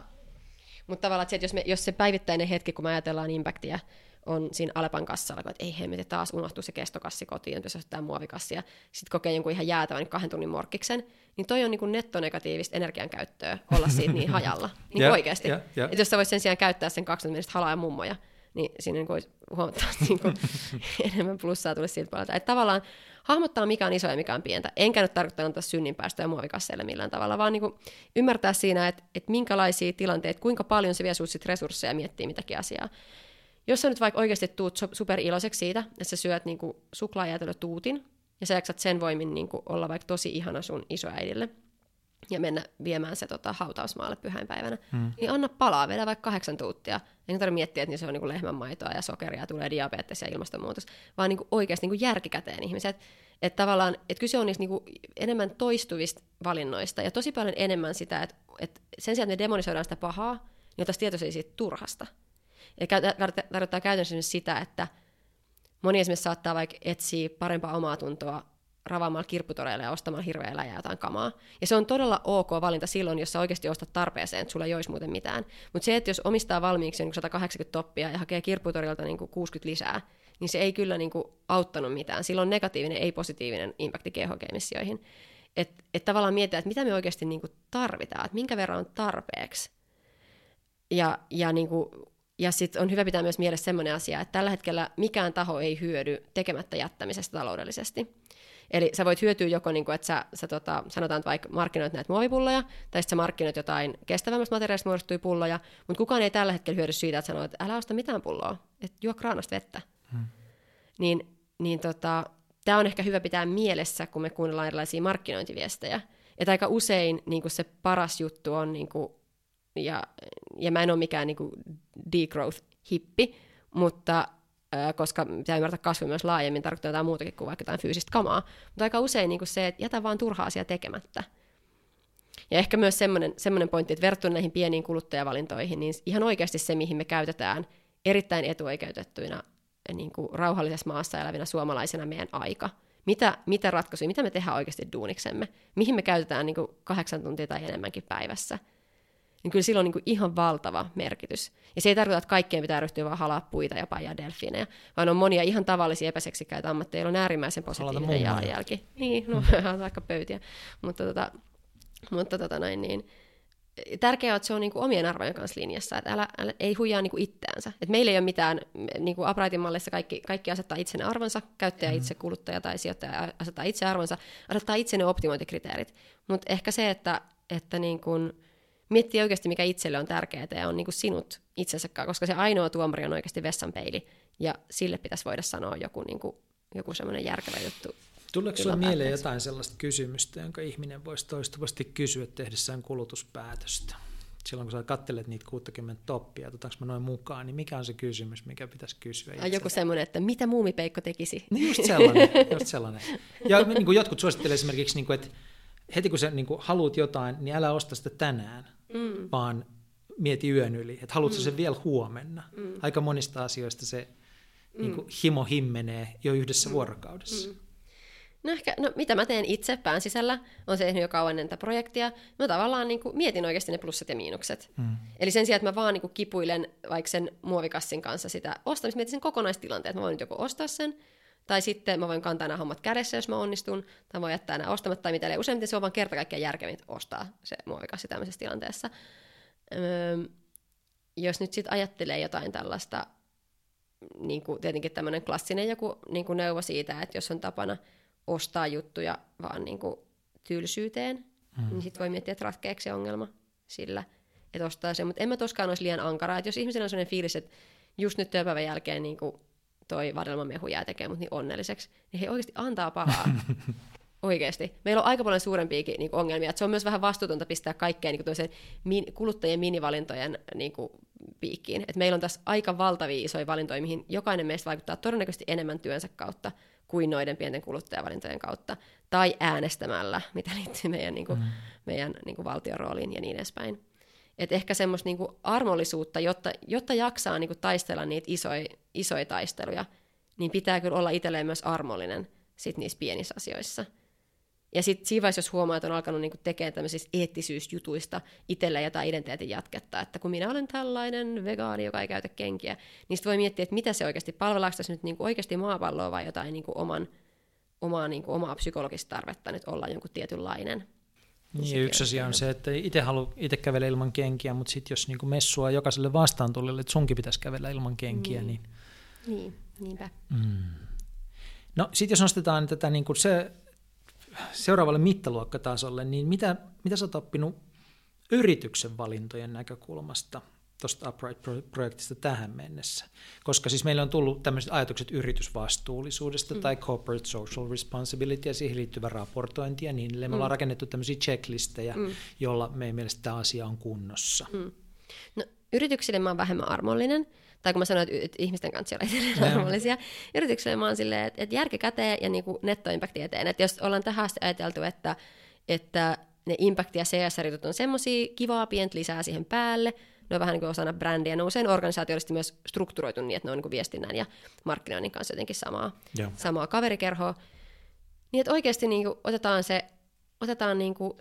mutta tavallaan se, että jos se päivittäinen hetki, kun me ajatellaan impactia, on siinä Alepan kassalla, että ei hemmetti, taas unohtuu se kestokassi kotiin, jos otetaan muovikassi, ja sitten kokee jonkun ihan jäätävän 2 tunnin morkkiksen, niin toi on niin kuin nettonegatiivista energiankäyttöä olla siitä niin hajalla, niin oikeasti. Että jos sä voisit sen sijaan käyttää sen 2 tuntia halaa ja mummoja, niin siinä niin olisi huomattavasti niin enemmän plussaa tulisi siitä puolelta. Että tavallaan hahmottaa, mikä on iso ja mikä on pientä. Enkä nyt tarkoittaa antaa synninpäästöjä muovikasseille millään tavalla, vaan niin kuin ymmärtää siinä, että minkälaisia tilanteita, kuinka paljon se vie sinut sit resursseja ja miettii mitäkin asiaa. Jos sä nyt vaikka oikeasti tuut superiloiseksi siitä, että sä syöt niin kuin suklaajäätelötuutin, ja sä jaksat sen voimin niin kuin olla vaikka tosi ihana sun isoäidille, ja mennä viemään se hautausmaalle pyhäinpäivänä, niin anna palaa, vedä vaikka 8 tuuttia. Ei tarvitse miettiä, että se on niin lehmänmaitoa ja sokeria, tulee diabetes ja ilmastonmuutos, vaan niin oikeasti niin järkikäteen ihmiset. Että tavallaan, että kyse on niistä niin enemmän toistuvista valinnoista ja tosi paljon enemmän sitä, että sen sijaan, että me demonisoidaan sitä pahaa, niin oltaisiin tietoisia siitä turhasta. Ja tarkoittaa käytännössä sitä, että moni esimerkiksi saattaa vaikka etsiä parempaa omaa tuntoa ravaamalla kirpputoreilla ja ostamalla hirveellä ja jotain kamaa. Ja se on todella ok valinta silloin, jos sä oikeasti ostat tarpeeseen, että sulla ei olisi muuten mitään. Mutta se, että jos omistaa valmiiksi niin 180 toppia ja hakee kirpputorilta niin 60 lisää, niin se ei kyllä niin auttanut mitään. Silloin negatiivinen, ei positiivinen impakti kehokemissioihin. Että tavallaan mietitään, että mitä me oikeasti niin tarvitaan, että minkä verran on tarpeeksi. Ja sitten on hyvä pitää myös mielessä sellainen asia, että tällä hetkellä mikään taho ei hyödy tekemättä jättämisestä taloudellisesti. Eli sä voit hyötyä joko, niin kuin, että sä sanotaan, että vaikka markkinoit näitä muovipulloja, tai sitten sä markkinoit jotain kestävämmästä materiaalista muodostui pulloja, mutta kukaan ei tällä hetkellä hyödy siitä, että sanoo, että älä osta mitään pulloa, että juo kraanasta vettä. Tämä on ehkä hyvä pitää mielessä, kun me kuunnellaan erilaisia markkinointiviestejä. Että aika usein niin kuin se paras juttu on, niin kuin, ja mä en ole mikään niin kuin degrowth-hippi, mutta koska pitää ymmärtää kasvu myös laajemmin, tarkoittaa jotain muutakin kuin vaikka jotain fyysistä kamaa. Mutta aika usein niin kuin se, että jätä vaan turhaa asiaa tekemättä. Ja ehkä myös semmoinen pointti, että verrattuna näihin pieniin kuluttajavalintoihin, niin ihan oikeasti se, mihin me käytetään erittäin etuoikeutettuina niin kuin rauhallisessa maassa elävinä suomalaisena meidän aika. Mitä ratkaisuja, mitä me tehdään oikeasti duuniksemme, mihin me käytetään niin kuin 8 tuntia tai enemmänkin päivässä. Niin kyllä sillä on niin kuin ihan valtava merkitys. Ja se ei tarkoita, että kaikkeen pitää ryhtyä vaan halaa puita ja paijaa delfiinejä, vaan on monia ihan tavallisia epäseksikkäitä ammatteja, joilla on äärimmäisen positiivinen jalanjälki. Niin, vaikka pöytiä. Mutta niin. Tärkeää on, että se on niin kuin omien arvojen kanssa linjassa, että älä ei huijaa niin kuin itseänsä. Et meillä ei ole mitään, niin kuin Uprightin mallissa kaikki asettaa itsenne arvonsa, käyttäjä itse, kuluttaja tai sijoittaja asettaa itse arvonsa, asettaa itse ne optimointikriteerit. Mutta ehkä se, että niin kuin miettii oikeasti, mikä itselle on tärkeää ja on niin kuin sinut itsensäkaan, koska se ainoa tuomari on oikeasti vessanpeili, ja sille pitäisi voida sanoa joku semmoinen järkevä juttu. Tuleeko sinulle mieleen jotain sellaista kysymystä, jonka ihminen voisi toistuvasti kysyä tehdessään kulutuspäätöstä? Silloin kun sä katselet niitä 60 toppia, otetaanko mä noin mukaan, niin mikä on se kysymys, mikä pitäisi kysyä itselleen? Joku semmoinen, että mitä muumipeikko tekisi? Niin just sellainen. Ja niin kuin jotkut suosittelee esimerkiksi, niin kuin, että heti kun sä niin kuin haluat jotain, niin älä osta sitä tänään, vaan mieti yön yli, että haluatko sen vielä huomenna. Aika monista asioista se niin kuin himo himmenee jo yhdessä vuorokaudessa. No mitä mä teen itse pään sisällä, olen tehnyt jo kauan tätä projektia, mä tavallaan niin kuin mietin oikeasti ne plussat ja miinukset. Eli sen sijaan, että mä vaan niin kuin kipuilen vaikka sen muovikassin kanssa sitä ostamista, mietin sen kokonaistilanteen, että mä voin nyt joko ostaa sen, tai sitten mä voin kantaa nämä hommat kädessä, jos mä onnistun, tai voin jättää nämä ostamatta tai mitä. Eli useimmiten se on vaan kerta kaikkiaan järkevintä ostaa se muovikassi tämmöisessä tilanteessa. Jos nyt sitten ajattelee jotain tällaista, niin kuin tietenkin tämmöinen klassinen joku niin kuin neuvo siitä, että jos on tapana ostaa juttuja vaan niin kuin tylsyyteen, niin sitten voi miettiä, että ratkeeko se ongelma sillä, että ostaa sen. Mutta en mä toskaan olisi liian ankaraa, että jos ihmisellä on sellainen fiilis, että just nyt työpäivän jälkeen niin kuin toi vadelmamehu jää tekemään mut niin onnelliseksi, niin he oikeasti antaa palaa. Oikeasti. Meillä on aika paljon suurempiakin niin kuin ongelmia. Että se on myös vähän vastuutonta pistää kaikkea niin kuin kuluttajien minivalintojen niin kuin piikkiin. Et meillä on tässä aika valtavia isoja valintoja, mihin jokainen meistä vaikuttaa todennäköisesti enemmän työnsä kautta kuin noiden pienten kuluttajavalintojen kautta. Tai äänestämällä, mitä liittyy meidän, niin kuin, meidän niin kuin valtion rooliin ja niin edespäin. Et ehkä semmoista niin kuin armollisuutta, jotta jaksaa niin kuin taistella niitä isoja taisteluja, niin pitää kyllä olla itselleen myös armollinen sit niissä pienissä asioissa. Ja sitten siinä vaiheessa, jos huomaa, että on alkanut niinku tekemään tämmöisistä eettisyysjutuista itselleen jotain identiteetin jatketta, että kun minä olen tällainen vegaani, joka ei käytä kenkiä, niin sitten voi miettiä, että mitä se oikeasti, palvelaanko tässä nyt niinku oikeasti maapalloa vai jotain niinku omaa psykologista tarvetta nyt olla jonkun tietynlainen. Niin, yksi asia on se, että itse kävelee ilman kenkiä, mutta sitten jos niinku messua jokaiselle vastaantulille, että sunkin pitäisi kävellä ilman kenkiä, niin... Niinpä. No sitten jos nostetaan tätä niinku se seuraavalle mittaluokkatasolle, niin mitä sä oot oppinut yrityksen valintojen näkökulmasta tuosta Upright-projektista tähän mennessä? Koska siis meillä on tullut tämmöiset ajatukset yritysvastuullisuudesta tai corporate social responsibility ja siihen liittyvä raportointi ja niin edelleen. Me ollaan rakennettu tämmöisiä checklistejä, joilla meidän mielestä tämä asia on kunnossa. No, yrityksille mä oon vähemmän armollinen. Tai kun mä sanoin, että ihmisten kanssa olla armollisia. Yritykselle mä oon silleen, että järki käteen ja niin kuin netto-impacti eteen. Että jos ollaan tähän asti ajateltu, että ne impact- ja CSR-jutut on semmosia kivaa pientä lisää siihen päälle, ne on vähän niin kuin osana brändiä, ne on usein organisaatiollisesti myös strukturoitu niin, että ne on niin kuin viestinnän ja markkinoinnin kanssa jotenkin samaa kaverikerhoa. Niin että oikeasti niin kuin otetaan niin kuin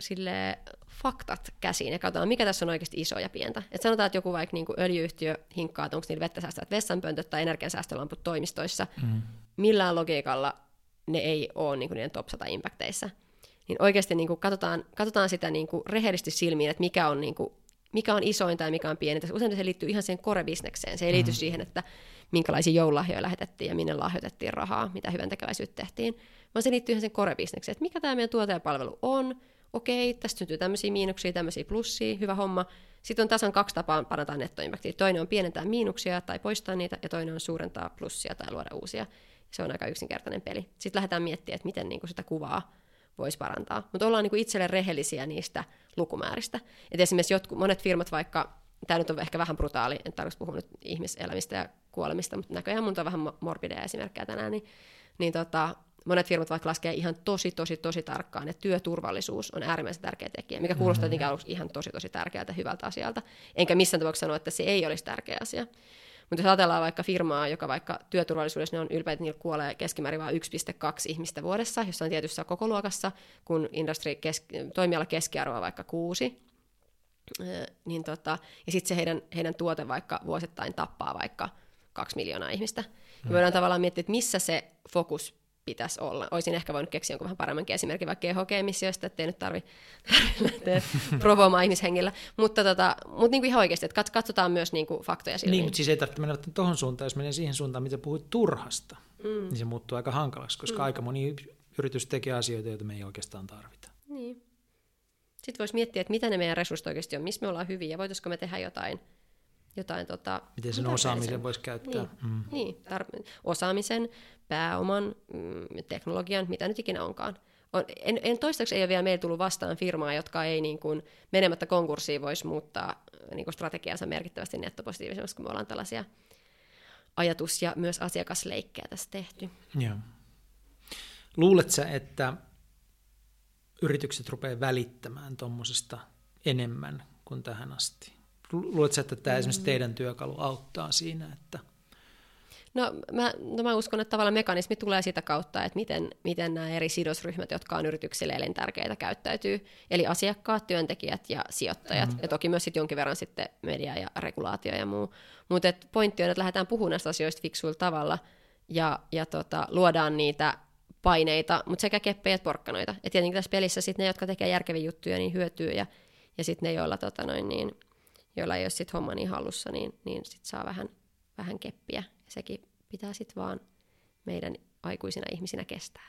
faktat käsiin ja katsotaan, mikä tässä on oikeasti iso ja pientä. Et sanotaan, että joku vaikka niin kuin öljy-yhtiö hinkkaa, että onko niillä vettä säästävät vessanpöntöt tai energiansäästölamput toimistoissa. Millään logiikalla ne ei ole niin kuin niiden top 100 impacteissa. Niin oikeasti niin kuin katsotaan sitä niin kuin rehellisesti silmiin, että mikä on isointa ja mikä on pienintä. Usein se liittyy ihan siihen core-bisnekseen. Se ei liity siihen, että minkälaisia joululahjoja lähetettiin ja minne lahjoitettiin rahaa, mitä hyväntekeväisyyttä tehtiin, vaan se liittyy ihan siihen core-bisnekseen, että mikä tämä meidän tuote ja palvelu on. Okei, tästä syntyy tämmöisiä miinuksia, tämmöisiä plussia, hyvä homma. Sitten on tasan 2 tapaa parantaa nettoimpaktia. Toinen on pienentää miinuksia tai poistaa niitä, ja toinen on suurentaa plussia tai luoda uusia. Se on aika yksinkertainen peli. Sitten lähdetään miettimään, että miten niinku sitä kuvaa voisi parantaa. Mutta ollaan niinku itselle rehellisiä niistä lukumääristä. Et esimerkiksi monet firmat, vaikka, tämä nyt on ehkä vähän brutaali, en tarvitse puhua nyt ihmiselämistä ja kuolemista, mutta näköjään mun on vähän morbideja esimerkkejä tänään, niin monet firmat vaikka laskee ihan tosi tarkkaan, että työturvallisuus on äärimmäisen tärkeä tekijä, mikä kuulostaa tietenkin aluksi ihan tosi tärkeältä, hyvältä asialta. Enkä missään tapauksessa sanoa, että se ei olisi tärkeä asia. Mutta jos ajatellaan vaikka firmaa, joka vaikka työturvallisuudessa ne on ylpeitä, että niillä kuolee keskimäärin vain 1,2 ihmistä vuodessa, jossain tietyssä kokoluokassa, kun toimiala keskiarvoa vaikka 6. Niin ja sitten se heidän tuote vaikka vuosittain tappaa vaikka 2 miljoonaa ihmistä. Ja voidaan tavallaan miettiä, että missä se fokus pitäisi olla. Olisin ehkä voinut keksiä jonkun vähän paremmankin esimerkin vaikka GHG-emissioista, ettei nyt tarvitse lähteä provoamaan ihmishengillä. Mutta niin kuin ihan oikeasti, että katsotaan myös niin kuin faktoja silmiin. Niin, mutta siis ei tarvitse mennä tuohon suuntaan. Jos menee siihen suuntaan, mitä puhuit turhasta, niin se muuttuu aika hankalaksi, koska aika moni yritys tekee asioita, joita me ei oikeastaan tarvita. Niin. Sitten voisi miettiä, että mitä ne meidän resurssit oikeasti on, missä me ollaan hyviä, ja voitaisiko me tehdä jotain miten sen osaamisen voisi käyttää. Osaamisen, pääoman, teknologian, mitä nyt ikinä onkaan. Toistaiseksi ei ole vielä meillä tullut vastaan firmaa, jotka ei niin kuin, menemättä konkurssiin voisi muuttaa niin kuin strategiansa merkittävästi nettopositiivisemmaksi, kun me ollaan tällaisia ajatus- ja myös asiakasleikkejä tässä tehty. Joo. Luuletko sä, että yritykset rupeaa välittämään tuommoisesta enemmän kuin tähän asti? Luuletko, että tämä esimerkiksi teidän työkalu auttaa siinä? Että... No mä uskon, että tavallaan mekanismi tulee sitä kautta, että miten nämä eri sidosryhmät, jotka on yrityksille elintärkeitä, käyttäytyy. Eli asiakkaat, työntekijät ja sijoittajat. Ja toki myös sit jonkin verran sitten media ja regulaatio ja muu. Mutta pointti on, että lähdetään puhumaan näistä asioista fiksuilla tavalla ja luodaan niitä paineita, mutta sekä keppejä että porkkanoita. Ja tietenkin tässä pelissä sitten ne, jotka tekee järkeviä juttuja, niin hyötyy. Ja sitten ne, joilla ei ole sit homma niin hallussa, niin sit saa vähän keppiä. Sekin pitää sitten vaan meidän aikuisina ihmisinä kestää.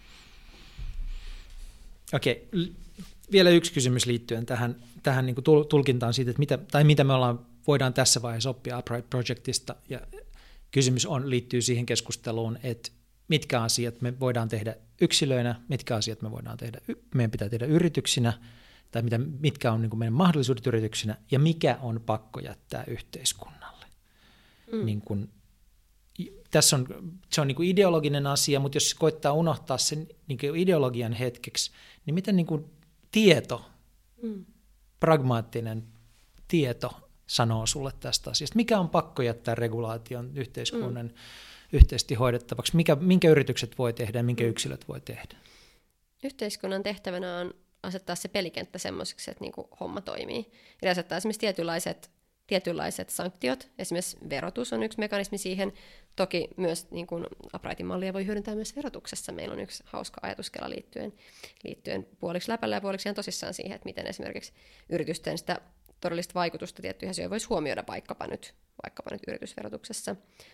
Okei, vielä yksi kysymys liittyen tähän niin kuin tulkintaan siitä, että mitä me voidaan tässä vaiheessa oppia Upright Projectista. Ja kysymys liittyy siihen keskusteluun, että mitkä asiat me voidaan tehdä yksilöinä, mitkä asiat me voidaan tehdä, meidän pitää tehdä yrityksinä, tai mitkä on niin kuin meidän mahdollisuudet yrityksinä, ja mikä on pakko jättää yhteiskunnalle. Niin kuin, se on niin kuin ideologinen asia, mutta jos koittaa unohtaa sen niin kuin ideologian hetkeksi, niin miten niin kuin tieto, pragmaattinen tieto sanoo sulle tästä asiasta? Mikä on pakko jättää regulaation yhteiskunnan yhteisesti hoidettavaksi? Minkä yritykset voi tehdä ja minkä yksilöt voi tehdä? Yhteiskunnan tehtävänä on asettaa se pelikenttä semmoiseksi, että niinku homma toimii. Eli asettaa esimerkiksi tietynlaiset sanktiot. Esimerkiksi verotus on yksi mekanismi siihen. Toki myös niin kuin Uprightin mallia voi hyödyntää myös verotuksessa. Meillä on yksi hauska ajatuskela liittyen puoliksi läpällä ja puoliksi ihan tosissaan siihen, että miten esimerkiksi yritysten sitä todellista vaikutusta tiettyihin asioihin voisi huomioida vaikkapa nyt yritysverotuksessa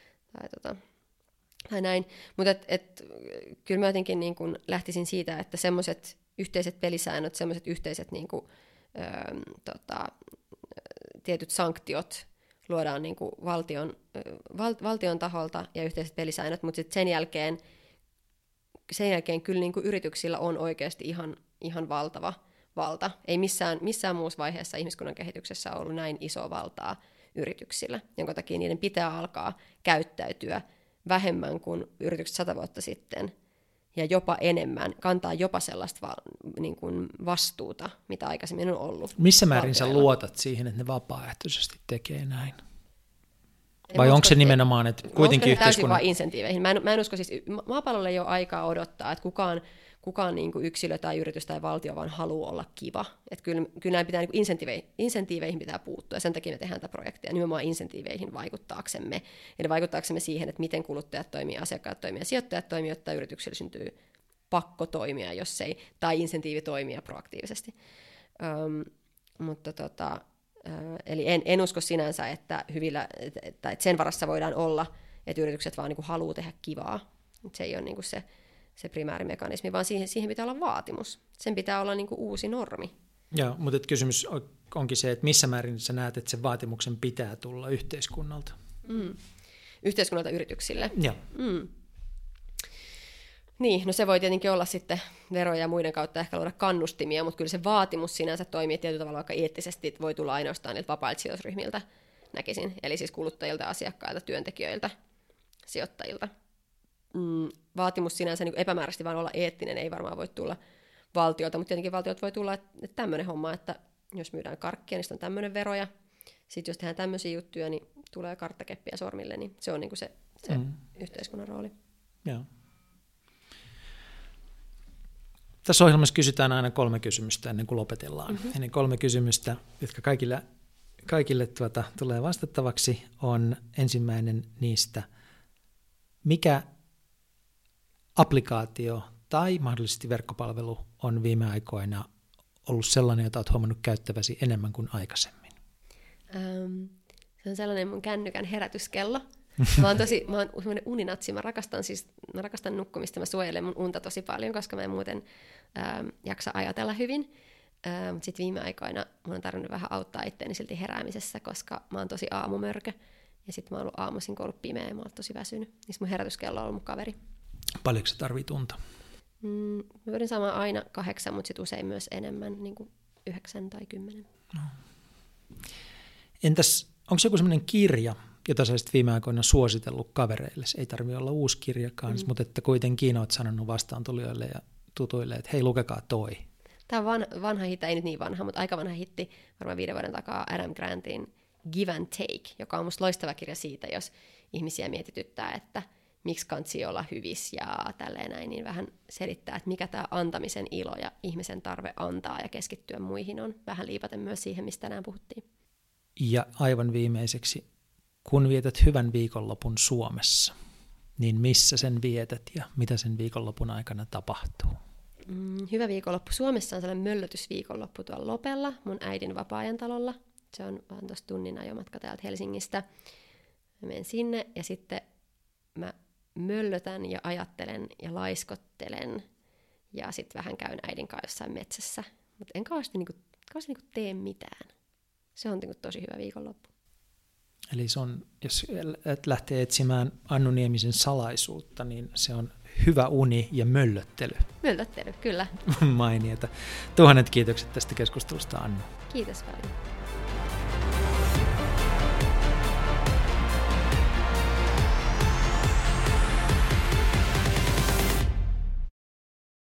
tai näin. Mutta kyllä mä jotenkin niin kun lähtisin siitä, että semmoiset yhteiset pelisäännöt, semmoiset yhteiset niin kun, tietyt sanktiot luodaan niin kuin valtion taholta ja yhteiset pelisäännöt, mutta sitten sen jälkeen kyllä niin kuin yrityksillä on oikeasti ihan valtava valta. Ei missään muussa vaiheessa ihmiskunnan kehityksessä ollut näin isoa valtaa yrityksillä, jonka takia niiden pitää alkaa käyttäytyä vähemmän kuin yritykset 100 vuotta sitten ja jopa enemmän, kantaa jopa sellaista niin kuin vastuuta, mitä aikaisemmin on ollut. Missä määrin sä luotat siihen, että ne vapaaehtoisesti tekee näin? Vai onko se nimenomaan, että kuitenkin yhteiskunnan... Täysin vaan insentiiveihin. Mä en usko, siis maapallolle ei ole aikaa odottaa, että kukaan niin kuin yksilö tai yritys tai valtio vaan haluaa olla kiva. Että kyllä näin pitää, niin insentiiveihin pitää puuttua, ja sen takia me tehdään tätä projektia nimenomaan insentiiveihin vaikuttaaksemme. Eli vaikuttaaksemme siihen, että miten kuluttajat toimii, asiakkaat toimii ja sijoittajat toimii, jotta yrityksille syntyy pakko toimia, jos ei, tai insentiivi toimia proaktiivisesti. Eli en usko sinänsä, että sen varassa voidaan olla, että yritykset vaan niin kuin haluaa tehdä kivaa. Se ei ole niin kuin se primäärimekanismi, vaan siihen pitää olla vaatimus. Sen pitää olla niin kuin uusi normi. Joo, mutta kysymys onkin se, että missä määrin sä näet, että sen vaatimuksen pitää tulla yhteiskunnalta? Yhteiskunnalta yrityksille? Joo. Niin, no se voi tietenkin olla sitten veroja ja muiden kautta ehkä luoda kannustimia, mutta kyllä se vaatimus sinänsä toimii tietyllä tavalla vaikka eettisesti, että voi tulla ainoastaan niiltä vapailta sidosryhmiltä, näkisin, eli siis kuluttajilta, asiakkailta, työntekijöiltä, sijoittajilta. Vaatimus sinänsä niin epämääräisesti vaan olla eettinen ei varmaan voi tulla valtiolta, mutta tietenkin valtiolta voi tulla että tämmöinen homma, että jos myydään karkkia, niin on tämmöinen vero, ja sitten jos tehdään tämmöisiä juttuja, niin tulee karttakeppiä sormille, niin se on niin kuin se yhteiskunnan rooli. Joo. Tässä ohjelmassa kysytään aina 3 kysymystä ennen kuin lopetellaan. Ja ne 3 kysymystä, jotka kaikille tulee vastattavaksi, on ensimmäinen niistä, mikä applikaatio tai mahdollisesti verkkopalvelu on viime aikoina ollut sellainen, jota olet huomannut käyttäväsi enemmän kuin aikaisemmin? Se on sellainen mun kännykän herätyskello. Mä oon semmoinen uninatsi, mä rakastan nukkumista, mä suojelen mun unta tosi paljon, koska mä en muuten jaksa ajatella hyvin. Mutta sitten viime aikoina mun on tarvinnut vähän auttaa itseäni silti heräämisessä, koska mä oon tosi aamumörkö. Ja sitten mä oon ollut aamuisin, kun ollut pimeä ja mä oon tosi väsynyt. Niin mun herätyskello on ollut mun kaveri. Paljonko sä tarvit unta? Mä pyrin saamaan aina 8, mutta sitten usein myös enemmän, niin kuin 9 tai 10. No. Entäs, onko joku sellainen kirja, jota sä olisit viime aikoina suositellut kavereille? Ei tarvitse olla uusi kirjakaan, mutta että kuitenkin olet sanonut vastaantulijoille ja tutuille, että hei, lukekaa toi. Tämä on vanha hitti, ei nyt niin vanha, mutta aika vanha hitti, varmaan 5 vuoden takaa Adam Grantin Give and Take, joka on musta loistava kirja siitä, jos ihmisiä mietityttää, että miksi kansi olla hyvissä ja tälleen näin, niin vähän selittää, että mikä tämä antamisen ilo ja ihmisen tarve antaa ja keskittyä muihin on. Vähän liipaten myös siihen, mistä tänään puhuttiin. Ja aivan viimeiseksi, kun vietät hyvän viikonlopun Suomessa, niin missä sen vietät ja mitä sen viikonlopun aikana tapahtuu? Hyvä viikonloppu Suomessa on sellainen möllötysviikonloppu tuolla Lopella, mun äidin vapaa-ajan talolla. Se on vaan tuossa tunnin ajomatka täältä Helsingistä. Mä menen sinne ja sitten mä möllötän ja ajattelen ja laiskottelen ja sitten vähän käyn äidin kanssa jossain metsässä. Mutta en kauheasti tee mitään. Se on tosi hyvä viikonloppu. Eli se on, jos lähtee etsimään Annu Niemisen salaisuutta, niin se on hyvä uni ja möllöttely. Möllöttely, kyllä. Mainiota. 1000 kiitokset tästä keskustelusta, Anna. Kiitos paljon.